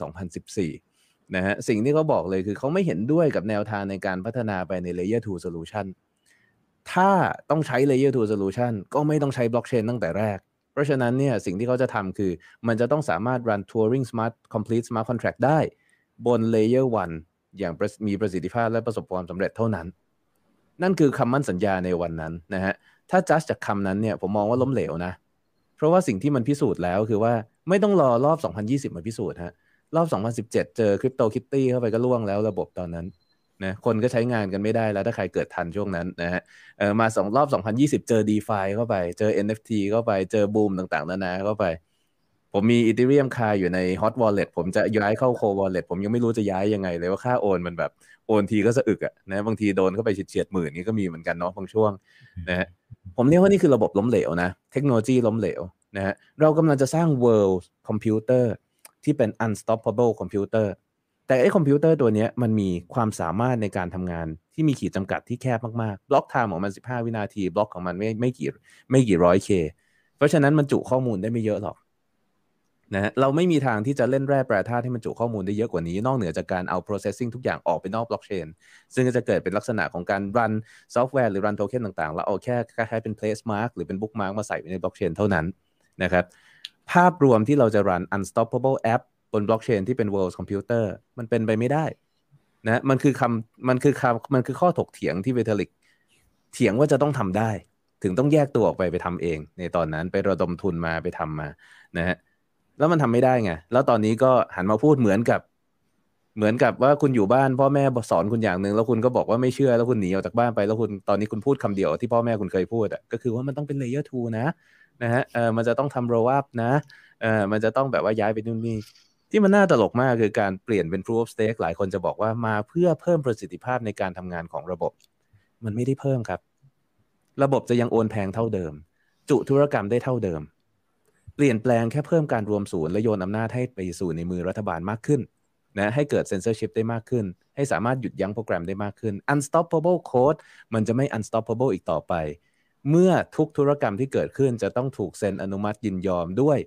2014นะฮะสิ่งที่เขาบอกเลยคือเขาไม่เห็นด้วยกับแนวทางในการพัฒนาไปใน Layer 2 Solution ถ้าต้องใช้ Layer 2 Solution ก็ไม่ต้องใช้ Blockchain ตั้งแต่แรกเพราะฉะนั้นเนี่ยสิ่งที่เขาจะทำคือมันจะต้องสามารถ run Turing Smart Complete Smart Contract ได้บน Layer 1 อย่างมีประสิทธิภาพและประสบความสำเร็จเท่านั้นนั่นคือคำมั่นสัญญาในวันนั้นนะฮะถ้า just จากคำนั้นเนี่ยผมมองว่าล้มเหลวนะเพราะว่าสิ่งที่มันพิสูจน์แล้วคือว่าไม่ต้องรอรอบ2020มาพิสูจน์ฮะรอบ2017เจอ Crypto Kitty เข้าไปก็ล่วงแล้วระบบตอนนั้นนะคนก็ใช้งานกันไม่ได้แล้วถ้าใครเกิดทันช่วงนั้นนะฮะมารอบ2020เจอ DeFi เข้าไปเจอ NFT เข้าไปเจอบูมต่างๆนานาเข้าไปผมมี Ethereum คาอยู่ใน Hot Wallet ผมจะย้ายเข้า Cold Wallet ผมยังไม่รู้จะย้ายยังไงเลยว่าค่าโอนมันแบบโอนทีก็สะอึกอ่ะนะบางทีโดนเข้าไปเฉียดหมื่นนี่ก็มีเหมือนกันเนาะบางช่วงนะฮะผมเรียกว่านี่คือระบบล้มเหลวนะเทคโนโลยีล้มเหลวนะฮะเรากำลังจะสร้าง world computer ที่เป็น unstoppable computer แต่ไอ้คอมพิวเตอร์ตัวนี้มันมีความสามารถในการทำงานที่มีขีดจำกัดที่แคบมากๆบล็อกไทม์ของมัน15วินาทีบล็อกของมันไม่กี่ร้อยเคเพราะฉะนั้นมันจุข้อมูลได้ไม่เยอะหรอกนะฮะเราไม่มีทางที่จะเล่นแร่แปรธาตุให้มันจุข้อมูลได้เยอะกว่านี้นอกเหนือจากการเอา processing ทุกอย่างออกไปนอกบล็อกเชนซึ่งก็จะเกิดเป็นลักษณะของการ run ซอฟต์แวร์หรือ run token ต่างๆแล้วเอาแค่คล้ายๆเป็น place mark หรือเป็น bookmark มาใส่ไว้ในบล็อกเชนเท่านั้นนะครับภาพรวมที่เราจะ run unstoppable app บนบล็อกเชนที่เป็น world computer มันเป็นไปไม่ได้นะมันคือข้อถกเถียงที่ Vitalik เถียงว่าจะต้องทำได้ถึงต้องแยกตัวออกไปทำเองในตอนนั้นไประดมทุนมาไปทำมานะฮะแล้วมันทำไม่ได้ไงแล้วตอนนี้ก็หันมาพูดเหมือนกับว่าคุณอยู่บ้านพ่อแม่สอนคุณอย่างนึงแล้วคุณก็บอกว่าไม่เชื่อแล้วคุณหนีออกจากบ้านไปแล้วคุณตอนนี้คุณพูดคำเดียวที่พ่อแม่คุณเคยพูดอ่ะก็คือว่ามันต้องเป็น layer 2 นะฮะมันจะต้องทำ roll up นะมันจะต้องแบบว่าย้ายไปนู่นนี่ที่มันน่าตลกมากคือการเปลี่ยนเป็น proof of stake หลายคนจะบอกว่ามาเพื่อเพิ่มประสิทธิภาพในการทำงานของระบบมันไม่ได้เพิ่มครับระบบจะยังโอนแพงเท่าเดิมจุธุรกรรมได้เท่าเดิมเปลี่ยนแปลงแค่เพิ่มการรวมศูนย์และโยนอำนาจให้ไปสู่ในมือรัฐบาลมากขึ้นนะให้เกิด censorship ได้มากขึ้นให้สามารถหยุดยั้งโปรแกรมได้มากขึ้น unstoppable code มันจะไม่ unstoppable อีกต่อไปเมื่อทุกธุรกรรมที่เกิดขึ้นจะต้องถูกเซ็นอนุมัติยินยอมด้วย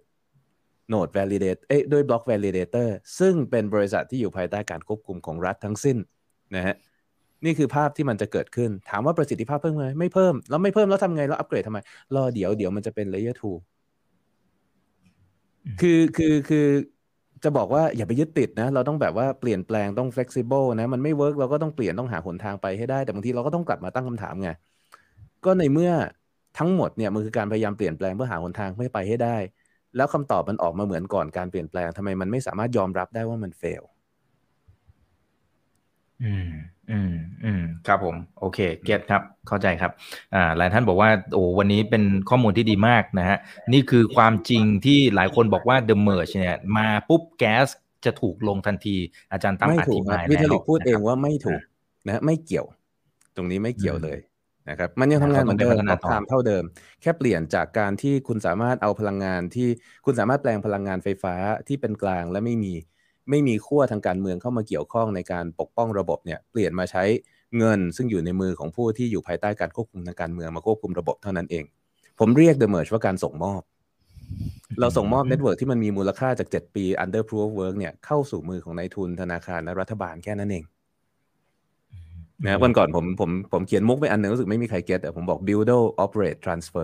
Node Validate ด้วย Block Validator ซึ่งเป็นบริษัทที่อยู่ภายใต้การควบคุมของรัฐทั้งสิ้นนะฮะนี่คือภาพที่มันจะเกิดขึ้นถามว่าประสิทธิภาพเพิ่มไหมไม่เพิ่มแล้วทำไงแล้วอัปเกรดทำไมรอเดี๋ยวมันจะเป็น Layer 2คือจะบอกว่าอย่าไปยึดติดนะเราต้องแบบว่าเปลี่ยนแปลงต้อง flexible นะมันไม่เวิร์กเราก็ต้องเปลี่ยนต้องหาหนทางไปให้ได้แต่บางทีเราก็ต้องกลับมาตั้งคำถามไงก็ในเมื่อทั้งหมดเนี่ยมันคือการพยายามเปลี่ยนแปลงเพื่อหาหนทางเพื่อไปให้ได้แล้วคำตอบมันออกมาเหมือนก่อนการเปลี่ยนแปลงทำไมมันไม่สามารถยอมรับได้ว่ามันเฟลครับผมโอเคเก็ทครับเข้าใจครับหลายท่านบอกว่าโอ้วันนี้เป็นข้อมูลที่ดีมากนะฮะนี่คือความจริงที่หลายคนบอกว่า The Merge เนี่ยมาปุ๊บแก๊สจะถูกลงทันทีอาจารย์ตั้มอธิบายแล้ว Vitalik พูดเองว่าไม่ถูกนะไม่เกี่ยวตรงนี้ไม่เกี่ยวเลยนะครับมันยังทำงานเหมือนเดิมเขาต้องไปพัฒนาบล็อกต่อไทม์เท่าเดิมแค่เปลี่ยนจากการที่คุณสามารถเอาพลังงานที่คุณสามารถแปลงพลังงานไฟฟ้าที่เป็นกลางและไม่มีขั้วทางการเมืองเข้ามาเกี่ยวข้องในการปกป้องระบบเนี่ยเปลี่ยนมาใช้เงินซึ่งอยู่ในมือของผู้ที่อยู่ภายใต้การควบคุมทางการเมืองมาควบคุมระบบเท่านั้นเองผมเรียก The Merge ว่าการส่งมอบเราส่งมอบเน็ตเวิร์กที่มันมีมูลค่าจาก7 ปี Under Proof of Work เนี่ยเข้าสู่มือของนายทุนธนาคารและรัฐบาลแค่นั้นเองนะวันก่อนผมเขียนมุกไปอันนึงรู้สึกไม่มีใครเก็ตแต่ผมบอก Build Operate Transfer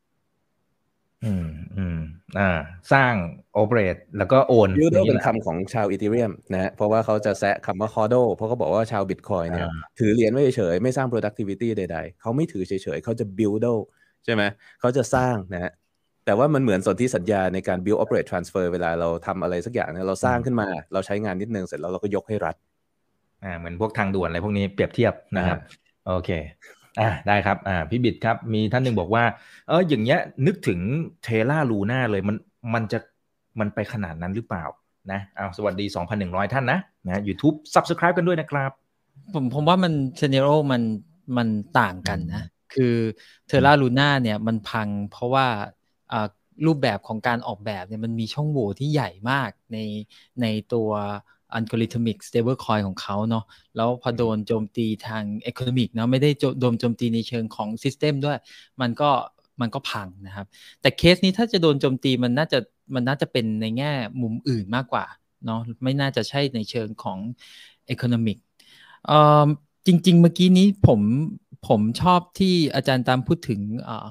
สร้าง operate แล้วก็โอน Build เป็นคำของชาว Ethereum นะฮะเพราะว่าเขาจะแซะคำว่า HODL เพราะเขาบอกว่าชาว Bitcoin เนี่ยถือเหรียญไว้เฉยๆไม่สร้าง productivity ใดๆเขาไม่ถือเฉยๆเขาจะ Build ใช่ไหมเขาจะสร้างนะฮะแต่ว่ามันเหมือนสนธิสัญญาในการ build operate transfer เวลาเราทำอะไรสักอย่างเนี่ยเราสร้างขึ้นมาเราใช้งานนิดนึงเสร็จแล้วเราก็ยกให้รัฐเหมือนพวกทางด่วนอะไรพวกนี้เปรียบเทียบนะครับโอเคได้ครับพี่บิดครับมีท่านหนึ่งบอกว่าอย่างเงี้ยนึกถึงเทล่าลูน่าเลยมันไปขนาดนั้นหรือเปล่านะสวัสดี 2,100 ท่านนะ YouTube Subscribe กันด้วยนะครับผมว่ามันซีเนโรมันต่างกันนะคือเทล่าลูน่าเนี่ยมันพังเพราะว่ารูปแบบของการออกแบบเนี่ยมันมีช่องโหว่ที่ใหญ่มากในตัวalgorithmic stablecoin ของเขาเนาะแล้วพอโดนโจมตีทาง economic เนาะไม่ได้โดนโจมตีในเชิงของ system ด้วยมันก็พังนะครับแต่เคสนี้ถ้าจะโดนโจมตีมันน่าจะเป็นในแง่มุมอื่นมากกว่าเนาะไม่น่าจะใช่ในเชิงของ economicจริงๆเมื่อกี้นี้ผมชอบที่อาจารย์ตามพูดถึง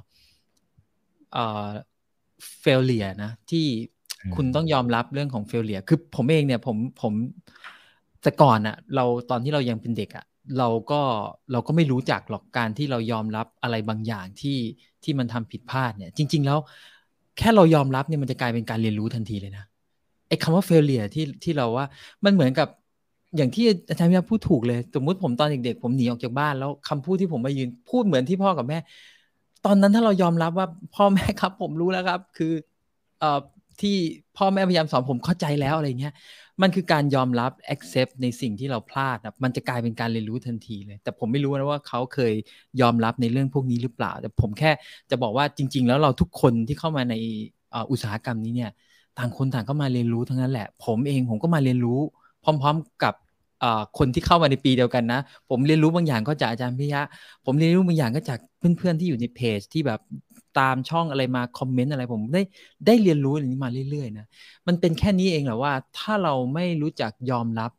failure นะที่คุณต้องยอมรับเรื่องของ failure คือผมเองเนี่ยผมแต่ก่อนอ่ะตอนที่เรายังเป็นเด็กอ่ะเราก็ไม่รู้จักหรอกการที่เรายอมรับอะไรบางอย่างที่มันทำผิดพลาดเนี่ยจริงๆแล้วแค่เรายอมรับเนี่ยมันจะกลายเป็นการเรียนรู้ทันทีเลยนะไอ้คำว่า failure ที่เราว่ามันเหมือนกับอย่างที่อาจารย์พิยาพูดถูกเลยสมมุติผมตอนเด็กๆผมหนีออกจากบ้านแล้วคำพูดที่ผมมายืนพูดเหมือนที่พ่อกับแม่ตอนนั้นถ้าเรายอมรับว่าพ่อแม่ครับผมรู้แล้วครับคือที่พ่อแม่พยายามสอนผมเข้าใจแล้วอะไรเงี้ยมันคือการยอมรับ accept ในสิ่งที่เราพลาดนะมันจะกลายเป็นการเรียนรู้ทันทีเลยแต่ผมไม่รู้นะว่าเขาเคยยอมรับในเรื่องพวกนี้หรือเปล่าแต่ผมแค่จะบอกว่าจริงๆแล้วเราทุกคนที่เข้ามาในอุตสาหกรรมนี้เนี่ยต่างคนต่างก็มาเรียนรู้ทั้งนั้นแหละผมเองผมก็มาเรียนรู้พร้อมๆกับคนที่เข้ามาในปีเดียวกันนะผมเรียนรู้บางอย่างก็จากอาจารย์พิยะผมเรียนรู้บางอย่างก็จากเพื่อนๆที่อยู่ในเพจที่แบบตามช่องอะไรมาคอมเมนต์อะไรผมได้เรียนรู้อย่างนี้มาเรื่อยๆนะมันเป็นแค่นี้เองแหละว่าถ้าเราไม่รู้จักยอมรับ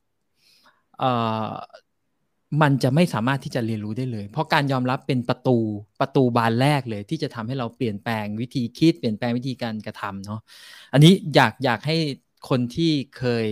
มันจะไม่สามารถที่จะเรียนรู้ได้เลยเพราะการยอมรับเป็นประตูบานแรกเลยที่จะทำให้เราเปลี่ยนแปลงวิธีคิดเปลี่ยนแปลงวิธีการกระทำเนาะอันนี้อยากให้คนที่เคย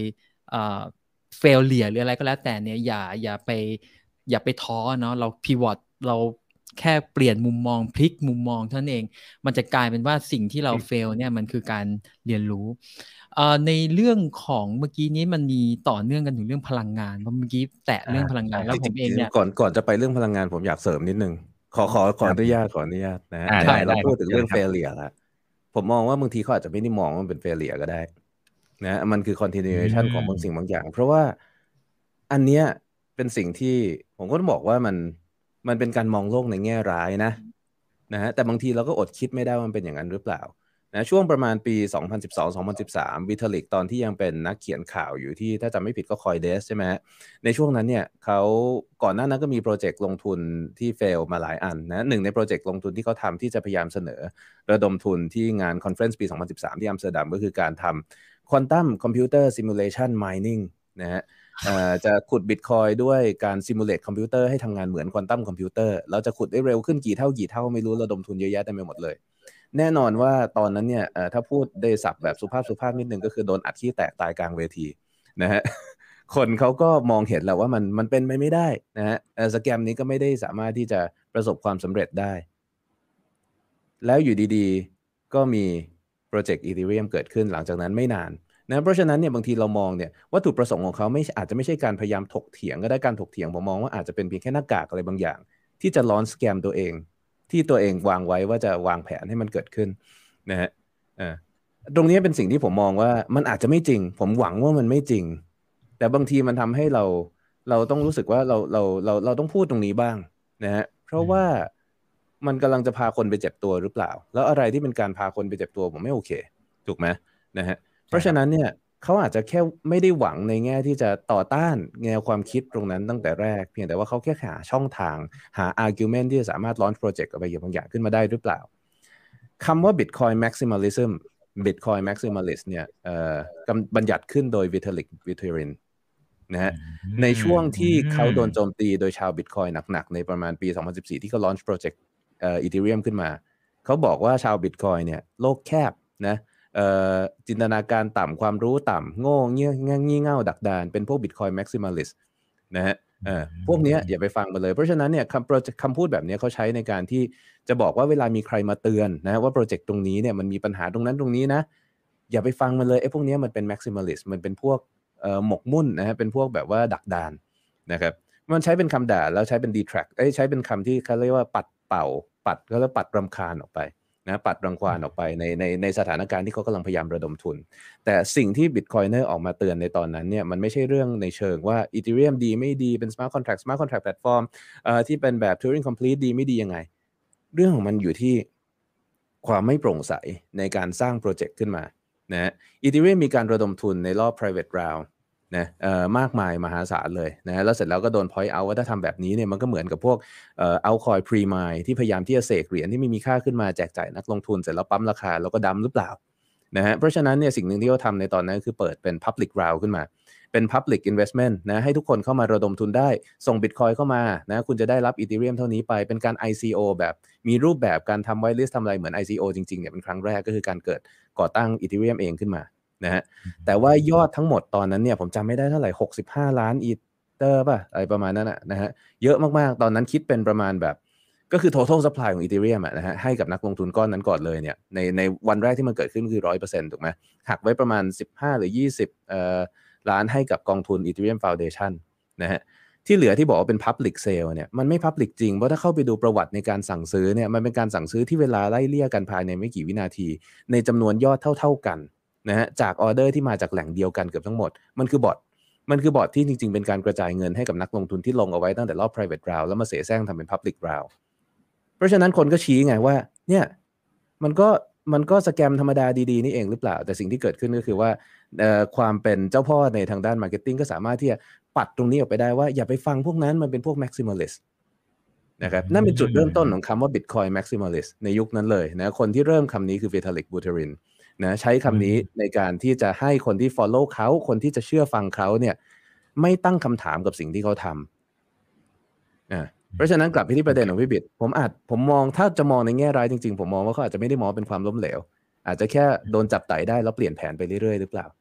failure หรืออะไรก็แล้วแต่เนี่ยอย่าไปท้อเนาะเรา pivot เราแค่เปลี่ยนมุมมองพลิกมุมมองเท่านั้นเองมันจะกลายเป็นว่าสิ่งที่เรา fail เนี่ยมันคือการเรียนรู้ในเรื่องของเมื่อกี้นี้มันมีต่อเนื่องกันถึงเรื่องพลังงานเพราะเมื่อกี้แตะเรื่องพลังงานแล้วผมเองเนี่ยก่อนจะไปเรื่องพลังงานผมอยากเสริมนิดนึงขออนุญาตนะฮะเราพูดถึงเรื่อง failure แล้วผมมองว่าบางทีเขาอาจจะไม่ได้มองว่ามันเป็น failure ก็ได้นะมันคือ continuation ของบางสิ่งบางอย่างเพราะว่าอันเนี้ยเป็นสิ่งที่ผมก็ต้องบอกว่ามันเป็นการมองโลกในแง่ร้ายนะฮะแต่บางทีเราก็อดคิดไม่ได้ว่ามันเป็นอย่างนั้นหรือเปล่านะช่วงประมาณปี 2012-2013 วิทาลิกตอนที่ยังเป็นนักเขียนข่าวอยู่ที่ถ้าจำไม่ผิดก็ CoinDesk ใช่ไหมในช่วงนั้นเนี่ยเขาก่อนหน้านั้นก็มีโปรเจกต์ลงทุนที่เฟลมาหลายอันนะหนึ่งในโปรเจกต์ลงทุนที่เขาทำที่จะพยายามเสนอระดมทุนที่งานคอนเฟรนซ์ปี 2013 ที่อัมสเตอร์ดัมก็คือการทำควอนตัมคอมพิวเตอร์ซิมูเลชันไมนิ่งนะฮะจะขุดบิตคอยด้วยการซิมูเลตคอมพิวเตอร์ให้ทำงานเหมือนควอนตัมคอมพิวเตอร์เราจะขุดได้เร็วขึ้นกี่เท่าไม่รู้ระดมทุนเยอะแยะเต็มไปหมดเลยแน่นอนว่าตอนนั้นเนี่ยถ้าพูดได้ศัพท์แบบสุภาพนิดนึงก็คือโดนอัดขี้แตกตายกลางเวทีนะฮะคนเขาก็มองเห็นแล้วว่ามันเป็นไปไม่ได้นะฮะสแกมนี้ก็ไม่ได้สามารถที่จะประสบความสำเร็จได้แล้วอยู่ดีๆก็มีโปรเจกต์ Ethereum เกิดขึ้นหลังจากนั้นไม่นานนะเพราะฉะนั้นเนี่ยบางทีเรามองเนี่ยวัตถุประสงค์ของเขาอาจจะไม่ใช่การพยายามถกเถียงก็ได้การถกเถียงผมมองว่าอาจจะเป็นเพียงแค่หน้ากากอะไรบางอย่างที่จะลอนสแกมตัวเองที่ตัวเองวางไว้ว่าจะวางแผนให้มันเกิดขึ้นนะฮะตรงนี้เป็นสิ่งที่ผมมองว่ามันอาจจะไม่จริงผมหวังว่ามันไม่จริงแต่บางทีมันทำให้เราต้องรู้สึกว่าเราต้องพูดตรงนี้บ้างนะฮะเพราะว่ามันกำลังจะพาคนไปเจ็บตัวหรือเปล่าแล้วอะไรที่เป็นการพาคนไปเจ็บตัวผมไม่โอเคถูกไหมนะฮะเพราะฉะนั้นเนี่ยเขาอาจจะแค่ไม่ได้หวังในแง่ที่จะต่อต้านแนวความคิดตรงนั้นตั้งแต่แรกเพียงแต่ว่าเขาแค่หาช่องทางหา argument ที่จะสามารถ launch project อะไรบางอย่างขึ้นมาได้หรือเปล่าคำว่า Bitcoin maximalism Bitcoin maximalist เนี่ยบัญญัติขึ้นโดย Vitalik Buterin นะฮะในช่วงที่เขาโดนโจมตีโดยชาว Bitcoin หนักๆในประมาณปี 2014 ที่เขา launch project Ethereum ขึ้นมาเขาบอกว่าชาว Bitcoin เนี่ยโลกแคบนะจินตนาการต่ำความรู้ต่ำโง่เงี้ยเง่าดักดานเป็นพวก Bitcoin maximalist นะฮะพวกนี้อย่าไปฟังมาเลยเพราะฉะนั้นเนี่ยคำพูดแบบนี้เขาใช้ในการที่จะบอกว่าเวลามีใครมาเตือนนะว่าโปรเจกต์ตรงนี้เนี่ยมันมีปัญหาตรงนั้นตรงนี้นะอย่าไปฟังมันเลยไอ้พวกนี้มันเป็น maximalist มันเป็นพวกหมกมุ่นนะฮะเป็นพวกแบบว่าดักดานนะครับมันใช้เป็นคำด่าแล้วใช้เป็น detract ใช้เป็นคำที่เขาเรียกว่าปัดก็แล้วปัดรำคาญออกไปนะปัดรังควานออกไปในสถานการณ์ที่เขากำลังพยายามระดมทุนแต่สิ่งที่ Bitcoiner ออกมาเตือนในตอนนั้นเนี่ยมันไม่ใช่เรื่องในเชิงว่า Ethereum ดีไม่ดีเป็น Smart Contract Platform ที่เป็นแบบ Turing Complete ดีไม่ดียังไงเรื่องของมันอยู่ที่ความไม่โปร่งใสในการสร้างโปรเจกต์ขึ้นมานะ Ethereum มีการระดมทุนในรอบ private round นะมากมายมหาศาลเลยนะแล้วเสร็จแล้วก็โดน point out ว่าถ้าทำแบบนี้เนี่ยมันก็เหมือนกับพวกaltcoin pre-mine ที่พยายามที่จะเสกเหรียญที่ไม่มีค่าขึ้นมาแจกจ่ายนักลงทุนเสร็จแล้วปั๊มราคาแล้วก็ดัมหรือเปล่านะฮะเพราะฉะนั้นเนี่ยสิ่งหนึ่งที่เขาทำในตอนนั้นคือเปิดเป็น public round ขึ้นมาเป็น public investment นะให้ทุกคนเข้ามาระดมทุนได้ส่ง Bitcoin เข้ามานะคุณจะได้รับ Ethereum เท่านี้ไปเป็นการ ICO แบบมีรูปแบบการทำ whitelist ทำอะไรเหมือน ICO จริงๆเนี่ยเป็นครั้งแรกก็คือการก่อตั้ง Ethereum เองขึ้นมานะฮะแต่ว่ายอดทั้งหมดตอนนั้นเนี่ยผมจำไม่ได้เท่าไหร่65ล้านอีเตอร์ป่ะอะไรประมาณนั้นนะฮะเยอะมากๆตอนนั้นคิดเป็นประมาณแบบก็คือ total supply ของ Ethereum นะฮะให้กับนักลงทุนก้อนนั้นก่อนเลยเนี่ยในวันแรกที่มันเกิดขึ้นคือ 100% ถูกไหมหักไว้ประมาณ15หรือ20ล้านให้กับกองทุน Ethereum Foundation นะฮะที่เหลือที่บอกว่าเป็น public sale เนี่ยมันไม่ public จริงเพราะถ้าเข้าไปดูประวัติในการสั่งซื้อเนี่ยมันเป็นการสั่งซื้อที่เวลาไล่เลี่ยกันภายในไม่กี่วินาทีในจำนวนยอดเท่ากันนะฮะจากออเดอร์ที่มาจากแหล่งเดียวกันเกือบทั้งหมดมันคือบอทที่จริงๆเป็นการกระจายเงินให้กับนักลงทุนที่ลงเอาไว้ตั้งแต่รอบ private round แล้วมาเสแสร้งทำเป็น public round เพราะฉะนั้นคนก็ชี้ไงว่าเนี่ยมันก็สแกมธรรมดาดีๆนี่เองหรือเปล่าแต่สิ่งที่เกิดขึ้นก็คือว่าความเป็นเจ้าพ่อในทางด้าน marketing ก็สามารถที่จะปัดตรงนี้ออกไปได้ว่าอย่าไปฟังพวกนั้นมันเป็นพวก maximalist นะครับนั่นเป็นจุดเริ่มต้นของคำว่า Bitcoin maximalist ในยุคนั้นเลยนะคนที่เริ่มคำนี้คือ Vitalik Buterinนะใช้คำนี้ในการที่จะให้คนที่ follow เขาคนที่จะเชื่อฟังเขาเนี่ยไม่ตั้งคำถามกับสิ่งที่เขาทำเพราะฉะนั้นกลับไปที่ประเด็นของพี่บิดผมมองถ้าจะมองในแง่ร้ายจริงๆผมมองว่าเขาอาจจะไม่ได้มองเป็นความล้มเหลวอาจจะแค่โดนจับไต่ได้แล้วเปลี่ยนแผนไปเรื่อยๆหรือเปล่า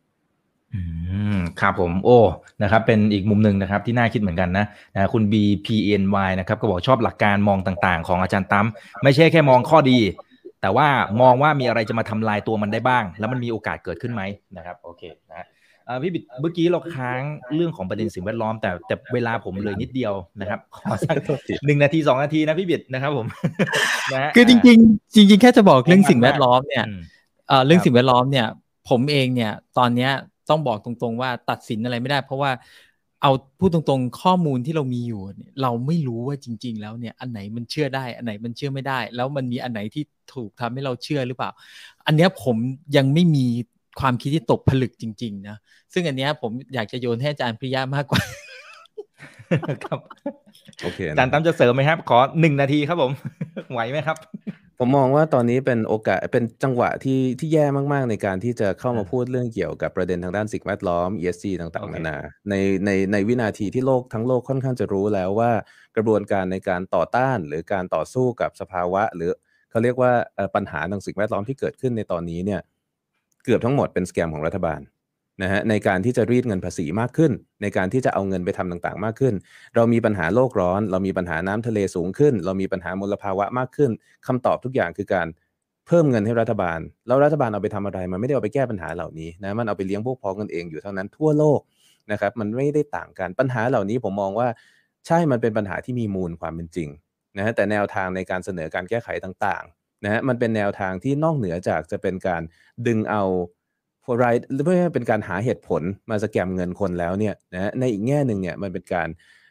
ครับผมนะครับเป็นอีกมุมหนึ่งนะครับที่น่าคิดเหมือนกันนะคุณ BPNY นะครับก็บอกชอบหลักการมองต่างๆของอาจารย์ตั้มไม่ใช่แค่มองข้อดีแต่ว่ามองว่ามีอะไรจะมาทำลายตัวมันได้บ้างแล้วมันมีโอกาสเกิดขึ้นไหมนะครับโอเคนะพี่บิดเมื่อกี้เราค้างเรื่องของประเด็นสิ่งแวดล้อมแต่เวลาผมเลยนิดเดียวนะครับขอสัก1 นาที 2 นาทีนะพี่บิดนะครับผมนะคือจริงแค่จะบอกเรื่องสิ่งแวดล้อมเนี่ยเรื่องสิ่งแวดล้อมเนี่ยผมเองเนี่ยตอนเนี้ยต้องบอกตรงๆว่าตัดสินอะไรไม่ได้เพราะว่าเอาพูดตรงๆข้อมูลที่เรามีอยู่เราไม่รู้ว่าจริงๆแล้วเนี่ยอันไหนมันเชื่อได้อันไหนมันเชื่อไม่ได้แล้วมันมีอันไหนที่ถูกทำให้เราเชื่อหรือเปล่าอันเนี้ยผมยังไม่มีความคิดที่ตกผลึกจริงๆนะซึ่งอันเนี้ยผมอยากจะโยนให้อาจารย์ปริยามากกว่าครับโอเคอาจารย์ตั้มจะเสริมไหมครับขอ1 นาทีครับผมไหวไหมครับผมมองว่าตอนนี้เป็นโอกาสเป็นจังหวะที่แย่มากๆในการที่จะเข้ามาพูดเรื่องเกี่ยวกับประเด็นทางด้านสิ่งแวดล้อม ESG ต่างๆนานาในวินาทีที่ทั้งโลกค่อนข้างจะรู้แล้วว่ากระบวนการในการต่อต้านหรือการต่อสู้กับสภาวะหรือเขาเรียกว่าปัญหาทางสิ่งแวดล้อมที่เกิดขึ้นในตอนนี้เนี่ยเกือบทั้งหมดเป็นสแกมของรัฐบาลนะฮะในการที่จะรีดเงินภาษีมากขึ้นในการที่จะเอาเงินไปทำต่างๆมากขึ้นเรามีปัญหาโลกร้อนเรามีปัญหาน้ำทะเลสูงขึ้นเรามีปัญหามลภาวะมากขึ้นคำตอบทุกอย่างคือการเพิ่มเงินให้รัฐบาลแล้วรัฐบาลเอาไปทำอะไรมันไม่ได้เอาไปแก้ปัญหาเหล่านี้นะมันเอาไปเลี้ยงพวกพ้องกันเองอยู่เท่านั้นทั่วโลกนะครับมันไม่ได้ต่างกันปัญหาเหล่านี้ผมมองว่าใช่มันเป็นปัญหาที่มีมูลความเป็นจริงนะฮะแต่แนวทางในการเสนอการแก้ไขต่างๆนะฮะมันเป็นแนวทางที่นอกเหนือจากจะเป็นการดึงเอาหรือว่าเป็นการหาเหตุผลมาสแกมเงินคนแล้วเนี่ยนะในอีกแง่หนึ่งเนี่ยมันเป็นการ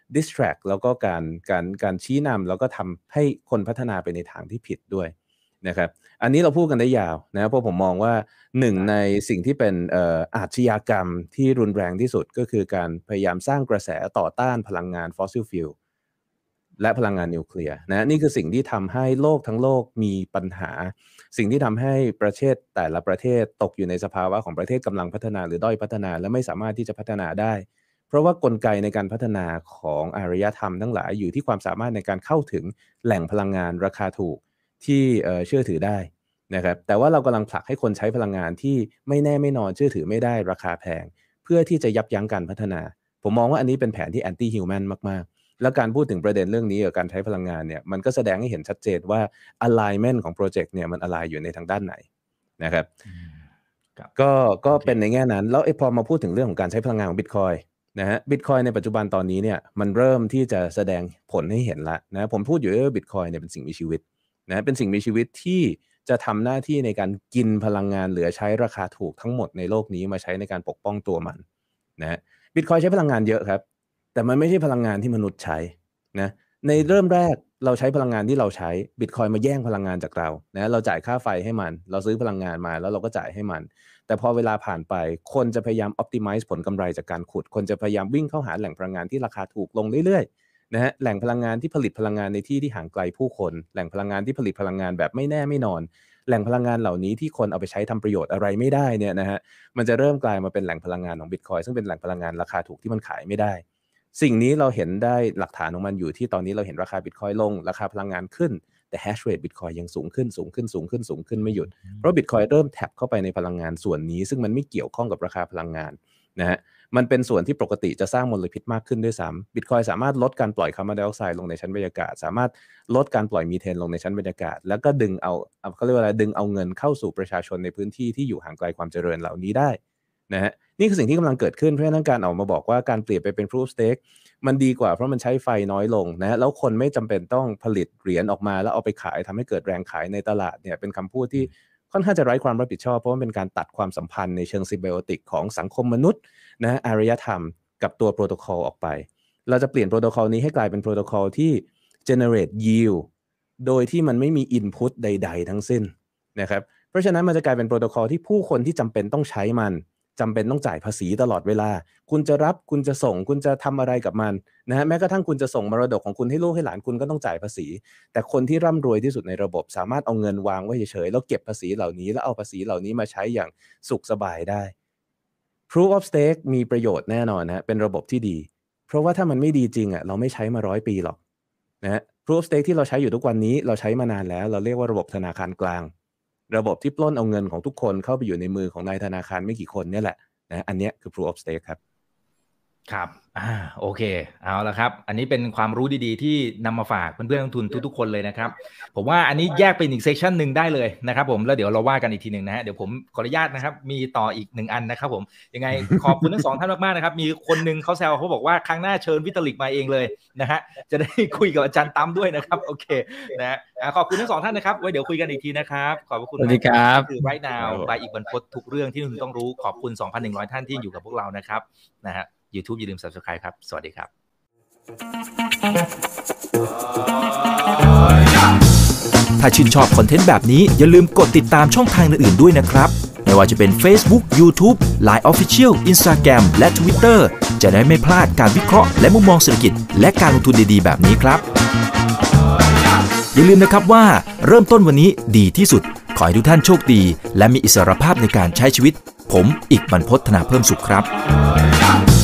distract แล้วก็การชี้นำแล้วก็ทำให้คนพัฒนาไปในทางที่ผิดด้วยนะครับอันนี้เราพูดกันได้ยาวนะเพราะผมมองว่าหนึ่งในสิ่งที่เป็นอาชญากรรมที่รุนแรงที่สุดก็คือการพยายามสร้างกระแสต่อต้านพลังงาน fossil fuel และพลังงานนิวเคลียร์นะนี่คือสิ่งที่ทำให้โลกทั้งโลกมีปัญหาสิ่งที่ทำให้ประเทศแต่ละประเทศตกอยู่ในสภาวะของประเทศกำลังพัฒนาหรือด้อยพัฒนาและไม่สามารถที่จะพัฒนาได้เพราะว่ากลไกในการพัฒนาของอารยธรรมทั้งหลายอยู่ที่ความสามารถในการเข้าถึงแหล่งพลังงานราคาถูกที่เชื่อถือได้นะครับแต่ว่าเรากำลังผลักให้คนใช้พลังงานที่ไม่แน่ไม่นอนเชื่อถือไม่ได้ราคาแพงเพื่อที่จะยับยั้งการพัฒนาผมมองว่าอันนี้เป็นแผนที่ anti human มากๆแล้วการพูดถึงประเด็นเรื่องนี้กับการใช้พลังงานเนี่ยมันก็แสดงให้เห็นชัดเจนว่า alignment ของโปรเจกต์เนี่ยมัน align อยู่ในทางด้านไหนนะครับก็เป็นในแง่นั้นแล้วพอมาพูดถึงเรื่องของการใช้พลังงานของ Bitcoin นะฮะ Bitcoin ในปัจจุบันตอนนี้เนี่ยมันเริ่มที่จะแสดงผลให้เห็นละนะผมพูดอยู่ว่า Bitcoin เนี่ยเป็นสิ่งมีชีวิตนะเป็นสิ่งมีชีวิตที่จะทำหน้าที่ในการกินพลังงานเหลือใช้ราคาถูกทั้งหมดในโลกนี้มาใช้ในการปกป้องตัวมันนะ Bitcoin ใช้พลังงานเยอะครับแต่มันไม่ใช่พลังงานที่มนุษย์ใช้นะในเริ่มแรกเราใช้พลังงานที่เราใช้ Bitcoin มาแย่งพลังงานจากเรานะเราจ่ายค่าไฟให้มันเราซื้อพลังงานมาแล้วเราก็จ่ายให้มันแต่พอเวลาผ่านไปคนจะพยายาม optimize ผลกำไรจากการขุดคนจะพยายามวิ่งเข้าหาแหล่งพลังงานที่ราคาถูกลงเรื่อยๆนะฮะแหล่งพลังงานที่ผลิตพลังงานในที่ที่ห่างไกลผู้คนแหล่งพลังงานที่ผลิตพลังงานแบบไม่แน่ไม่นอนแหล่งพลังงานเหล่านี้ที่คนเอาไปใช้ทำประโยชน์อะไรไม่ได้เนี่ยนะฮะมันจะเริ่มกลายมาเป็นแหล่งพลังงานของ Bitcoin ซึ่งเป็นแหล่งพลังงานราคาถูกที่มันขายไม่ได้สิ่งนี้เราเห็นได้หลักฐานของมันอยู่ที่ตอนนี้เราเห็นราคา Bitcoin ลงราคาพลังงานขึ้นแต่ hash rate Bitcoin ยังสูงขึ้นไม่หยุดเพราะ Bitcoin เริ่มแท็บเข้าไปในพลังงานส่วนนี้ซึ่งมันไม่เกี่ยวข้องกับราคาพลังงานนะฮะมันเป็นส่วนที่ปกติจะสร้างมลพิษมากขึ้นด้วยซ้ำ Bitcoin สามารถลดการปล่อยคาร์บอนไดออกไซด์ลงในชั้นบรรยากาศสามารถลดการปล่อยมีเทนลงในชั้นบรรยากาศแล้วก็ดึงเขาเรียกว่าอะไรดึงเอาเงินเข้าสู่ประชาชนในพื้นที่ที่อยู่ห่างไกลความเจริญเหล่านี้ได้นะฮะนี่คือสิ่งที่กำลังเกิดขึ้นเพราะฉะนั้นการออกมาบอกว่าการเปลี่ยนไปเป็น Proof of Stake มันดีกว่าเพราะมันใช้ไฟน้อยลงนะแล้วคนไม่จำเป็นต้องผลิตเหรียญออกมาแล้วเอาไปขายทำให้เกิดแรงขายในตลาดเนี่ยเป็นคำพูดที่ค่อนข้างจะไร้ความรับผิดชอบเพราะว่าเป็นการตัดความสัมพันธ์ในเชิงซิมไบโอติกของสังคมมนุษย์นะอารยธรรมกับตัวโปรโตคอลออกไปเราจะเปลี่ยนโปรโตคอลนี้ให้กลายเป็นโปรโตคอลที่ generate yield โดยที่มันไม่มี input ใดๆทั้งสิ้นนะครับเพราะฉะนั้นมันจะกลายเป็นโปรโตคอลที่ผู้คนที่จำเป็นต้องใช้มันจำเป็นต้องจ่ายภาษีตลอดเวลาคุณจะรับคุณจะส่งคุณจะทำอะไรกับมันนะฮะแม้กระทั่งคุณจะส่งมรดกของคุณให้ลูกให้หลานคุณก็ต้องจ่ายภาษีแต่คนที่ร่ำรวยที่สุดในระบบสามารถเอาเงินวางไว้เฉยๆแล้วเก็บภาษีเหล่านี้แล้วเอาภาษีเหล่านี้มาใช้อย่างสุขสบายได้ Proof of Stake มีประโยชน์แน่นอนนะเป็นระบบที่ดีเพราะว่าถ้ามันไม่ดีจริงเราไม่ใช้มา100 ปีหรอกนะฮะ Proof of Stake ที่เราใช้อยู่ทุกวันนี้เราใช้มานานแล้วเราเรียกว่าระบบธนาคารกลางระบบที่ปล้นเอาเงินของทุกคนเข้าไปอยู่ในมือของนายธนาคารไม่กี่คนเนี่ยแหละนะอันนี้คือ Proof of Stake ครับครับโอเคเอาละครับอันนี้เป็นความรู้ดีๆที่นำมาฝากเพื่อนๆนักลงทุนทุกๆคนเลยนะครับผมว่าอันนี้แยกเป็นอีกเซสชันนึงได้เลยนะครับผมแล้วเดี๋ยวเราว่ากันอีกทีนึงนะฮะเดี๋ยวผมขออนุญาตนะครับมีต่ออีก1อันนะครับผมยังไงขอบคุณทั้ง2ท่านมากๆนะครับมีคนนึงเขาแซวเขาบอกว่าครั้งหน้าเชิญวิตาลิกมาเองเลยนะฮะจะได้คุยกับอาจารย์ตั้มด้วยนะครับโอเคนะขอบคุณทั้ง2ท่านนะครับไว้เดี๋ยวคุยกันอีกทีนะครับขอบคุณครับคือ Right Now บายอีกบรรพตทุกเรื่องที่คุณต้องรู้ขอบคุณ 2,100 ท่านที่อยู่กับพวกเรานะครับนะฮะYouTube อย่าลืม Subscribe ครับสวัสดีครับถ้าชื่นชอบคอนเทนต์แบบนี้อย่าลืมกดติดตามช่องทางอื่นๆด้วยนะครับไม่ว่าจะเป็น Facebook, YouTube, Line Official, Instagram และ Twitter จะได้ไม่พลาดการวิเคราะห์และมุมมองเศรษฐกิจและการลงทุนดีๆแบบนี้ครับอย่าลืมนะครับว่าเริ่มต้นวันนี้ดีที่สุดขอให้ทุกท่านโชคดีและมีอิสรภาพในการใช้ชีวิตผมอีกบรรพต ธนาเพิ่มสุขครับ